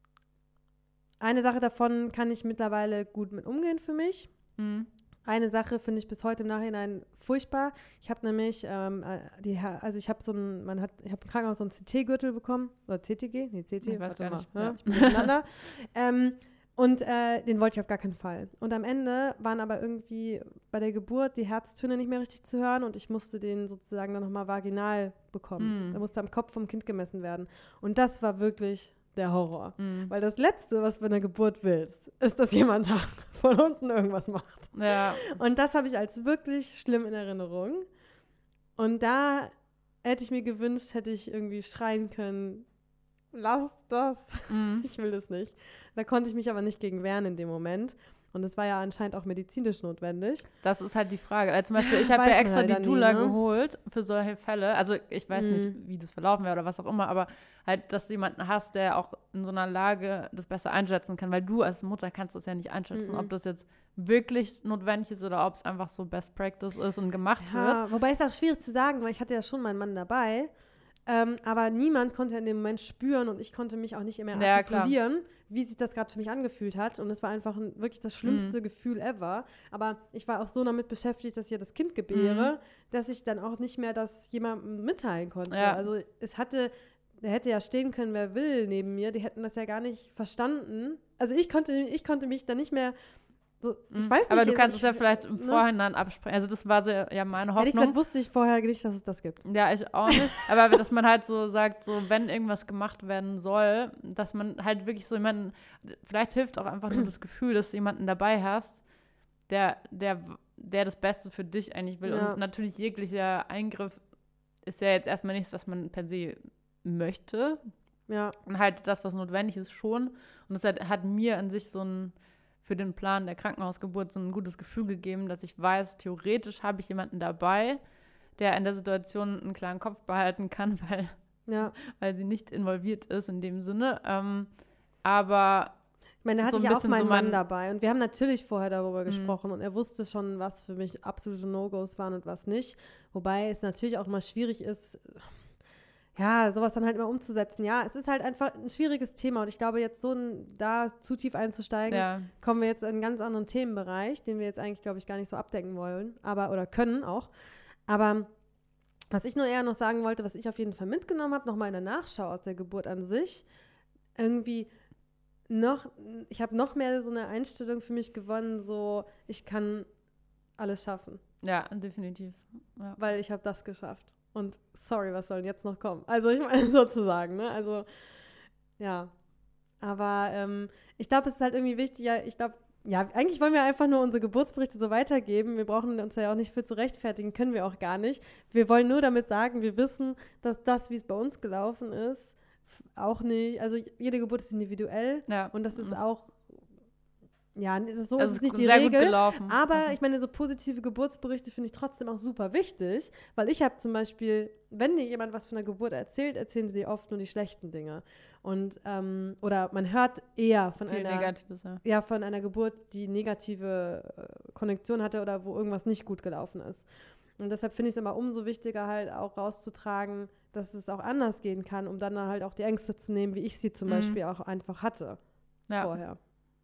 eine Sache davon kann ich mittlerweile gut mit umgehen für mich. Mhm. Eine Sache finde ich bis heute im Nachhinein furchtbar. Ich habe nämlich, ähm, äh, die, also ich habe so ein, man hat, ich habe im Krankenhaus so einen C T-Gürtel bekommen, oder C T G? Nee, C T, Ich weiß warte gar mal, nicht, ja, ja. ich bin durcheinander. ähm, und äh, den wollte ich auf gar keinen Fall. Und am Ende waren aber irgendwie bei der Geburt die Herztöne nicht mehr richtig zu hören und ich musste den sozusagen dann nochmal vaginal bekommen. Mm. Der musste am Kopf vom Kind gemessen werden. Und das war wirklich der Horror. Mhm. Weil das Letzte, was du bei einer Geburt willst, ist, dass jemand da von unten irgendwas macht. Ja. Und das habe ich als wirklich schlimm in Erinnerung. Und da hätte ich mir gewünscht, hätte ich irgendwie schreien können, lass das, Mhm. ich will das nicht. Da konnte ich mich aber nicht gegen wehren in dem Moment. Und das war ja anscheinend auch medizinisch notwendig. Das ist halt die Frage. Also zum Beispiel, ich habe Weiß ja man extra halt die dann Doula nie, ne? geholt für solche Fälle. Also ich weiß Mhm. nicht, wie das verlaufen wäre oder was auch immer, aber halt, dass du jemanden hast, der auch in so einer Lage das besser einschätzen kann, weil du als Mutter kannst das ja nicht einschätzen, Mhm. ob das jetzt wirklich notwendig ist oder ob es einfach so Best Practice ist und gemacht wird. Ja, wobei es auch schwierig zu sagen, weil ich hatte ja schon meinen Mann dabei. Ähm, aber niemand konnte in dem Moment spüren und ich konnte mich auch nicht mehr Ja, klar. artikulieren, wie sich das gerade für mich angefühlt hat. Und es war einfach ein, wirklich das schlimmste Mhm. Gefühl ever. Aber ich war auch so damit beschäftigt, dass ich ja das Kind gebäre, Mhm. dass ich dann auch nicht mehr das jemandem mitteilen konnte. Ja. Also es hatte, der hätte ja stehen können, wer will, neben mir. Die hätten das ja gar nicht verstanden. Also ich konnte, ich konnte mich dann nicht mehr so, ich Mhm. weiß nicht. Aber du also kannst ich, es ja vielleicht im ne? Vorhinein absprechen. Also das war so ja meine Ehrlich Hoffnung. gesagt wusste ich vorher nicht, dass es das gibt. Ja, ich auch nicht. Aber dass man halt so sagt, so wenn irgendwas gemacht werden soll, dass man halt wirklich so jemanden, vielleicht hilft auch einfach nur das Gefühl, dass du jemanden dabei hast, der, der, der das Beste für dich eigentlich will. Ja. Und natürlich jeglicher Eingriff ist ja jetzt erstmal nichts, was man per se möchte. Ja. Und halt das, was notwendig ist, schon. Und das hat, hat mir an sich so ein, für den Plan der Krankenhausgeburt so ein gutes Gefühl gegeben, dass ich weiß, theoretisch habe ich jemanden dabei, der in der Situation einen klaren Kopf behalten kann, weil, Ja. weil sie nicht involviert ist in dem Sinne. Ähm, aber Ich meine, da hatte so ein ich ja auch bisschen meinen so Mann mein- dabei und wir haben natürlich vorher darüber Mhm. gesprochen und er wusste schon, was für mich absolute No-Gos waren und was nicht. Wobei es natürlich auch immer schwierig ist, ja, sowas dann halt immer umzusetzen. Ja, es ist halt einfach ein schwieriges Thema und ich glaube, jetzt so ein, da zu tief einzusteigen, ja, kommen wir jetzt in einen ganz anderen Themenbereich, den wir jetzt eigentlich, glaube ich, gar nicht so abdecken wollen, aber oder können auch. Aber was ich nur eher noch sagen wollte, was ich auf jeden Fall mitgenommen habe, nochmal in der Nachschau aus der Geburt an sich, irgendwie noch, ich habe noch mehr so eine Einstellung für mich gewonnen, so ich kann alles schaffen, ja, definitiv. Ja. weil ich habe das geschafft. Und sorry, was soll denn jetzt noch kommen? Also ich meine sozusagen, ne? Also ja, aber ähm, ich glaube, es ist halt irgendwie wichtig, ja, ich glaube, ja, eigentlich wollen wir einfach nur unsere Geburtsberichte so weitergeben. Wir brauchen uns ja auch nicht für zu rechtfertigen, können wir auch gar nicht. Wir wollen nur damit sagen, wir wissen, dass das, wie es bei uns gelaufen ist, f- auch nicht, also jede Geburt ist individuell Ja. und das ist Es- auch, ja, das ist so also ist es nicht die sehr gut Regel. gelaufen. Aber Also, ich meine, so positive Geburtsberichte finde ich trotzdem auch super wichtig, weil ich habe zum Beispiel, wenn dir jemand was von der Geburt erzählt, erzählen sie oft nur die schlechten Dinge. Und, ähm, oder man hört eher von viel einer, Negatives, ja. ja, von einer Geburt, die negative äh, Konnektion hatte oder wo irgendwas nicht gut gelaufen ist. Und deshalb finde ich es immer umso wichtiger, halt auch rauszutragen, dass es auch anders gehen kann, um dann halt auch die Ängste zu nehmen, wie ich sie zum Mhm. Beispiel auch einfach hatte Ja. vorher.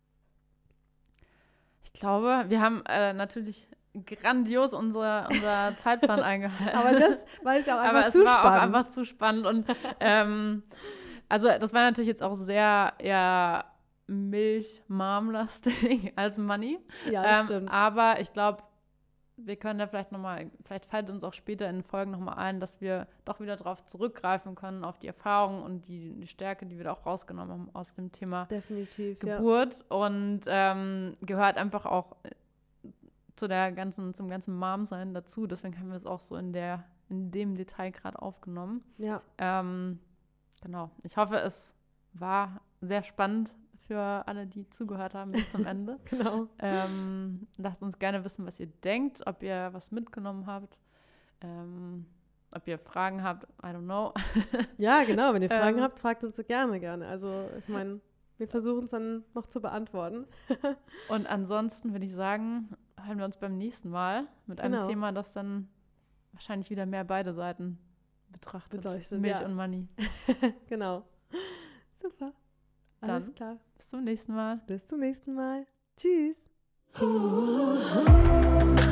Ich glaube, wir haben äh, natürlich grandios unser, unser Zeitplan eingehalten. Aber das war jetzt auch einfach Aber es zu war spannend. auch einfach zu spannend. Und ähm, also das war natürlich jetzt auch sehr eher Milch-Marm-lastig als Money. Ja, das Ähm, stimmt. aber ich glaube, wir können da vielleicht nochmal, vielleicht fällt uns auch später in den Folgen nochmal ein, dass wir doch wieder darauf zurückgreifen können, auf die Erfahrung und die, die Stärke, die wir da auch rausgenommen haben aus dem Thema Definitiv, ja. Geburt. Und ähm, gehört einfach auch zu der ganzen, zum ganzen Mom-Sein dazu. Deswegen haben wir es auch so in der, in dem Detail gerade aufgenommen. Ja, Ähm, genau. Ich hoffe, es war sehr spannend für alle, die zugehört haben bis zum Ende. genau. Ähm, lasst uns gerne wissen, was ihr denkt, ob ihr was mitgenommen habt, ähm, ob ihr Fragen habt, I don't know. Ja, genau. Wenn ihr Fragen Ähm. habt, fragt uns gerne, gerne. Also, ich meine, wir versuchen es dann noch zu beantworten. Und ansonsten würde ich sagen, hören wir uns beim nächsten Mal mit einem Genau. Thema, das dann wahrscheinlich wieder mehr beide Seiten betrachtet. Beleuchtet, Milch ja. und Money. Genau. Super. Alles Dann. klar. Bis zum nächsten Mal. Bis zum nächsten Mal. Tschüss.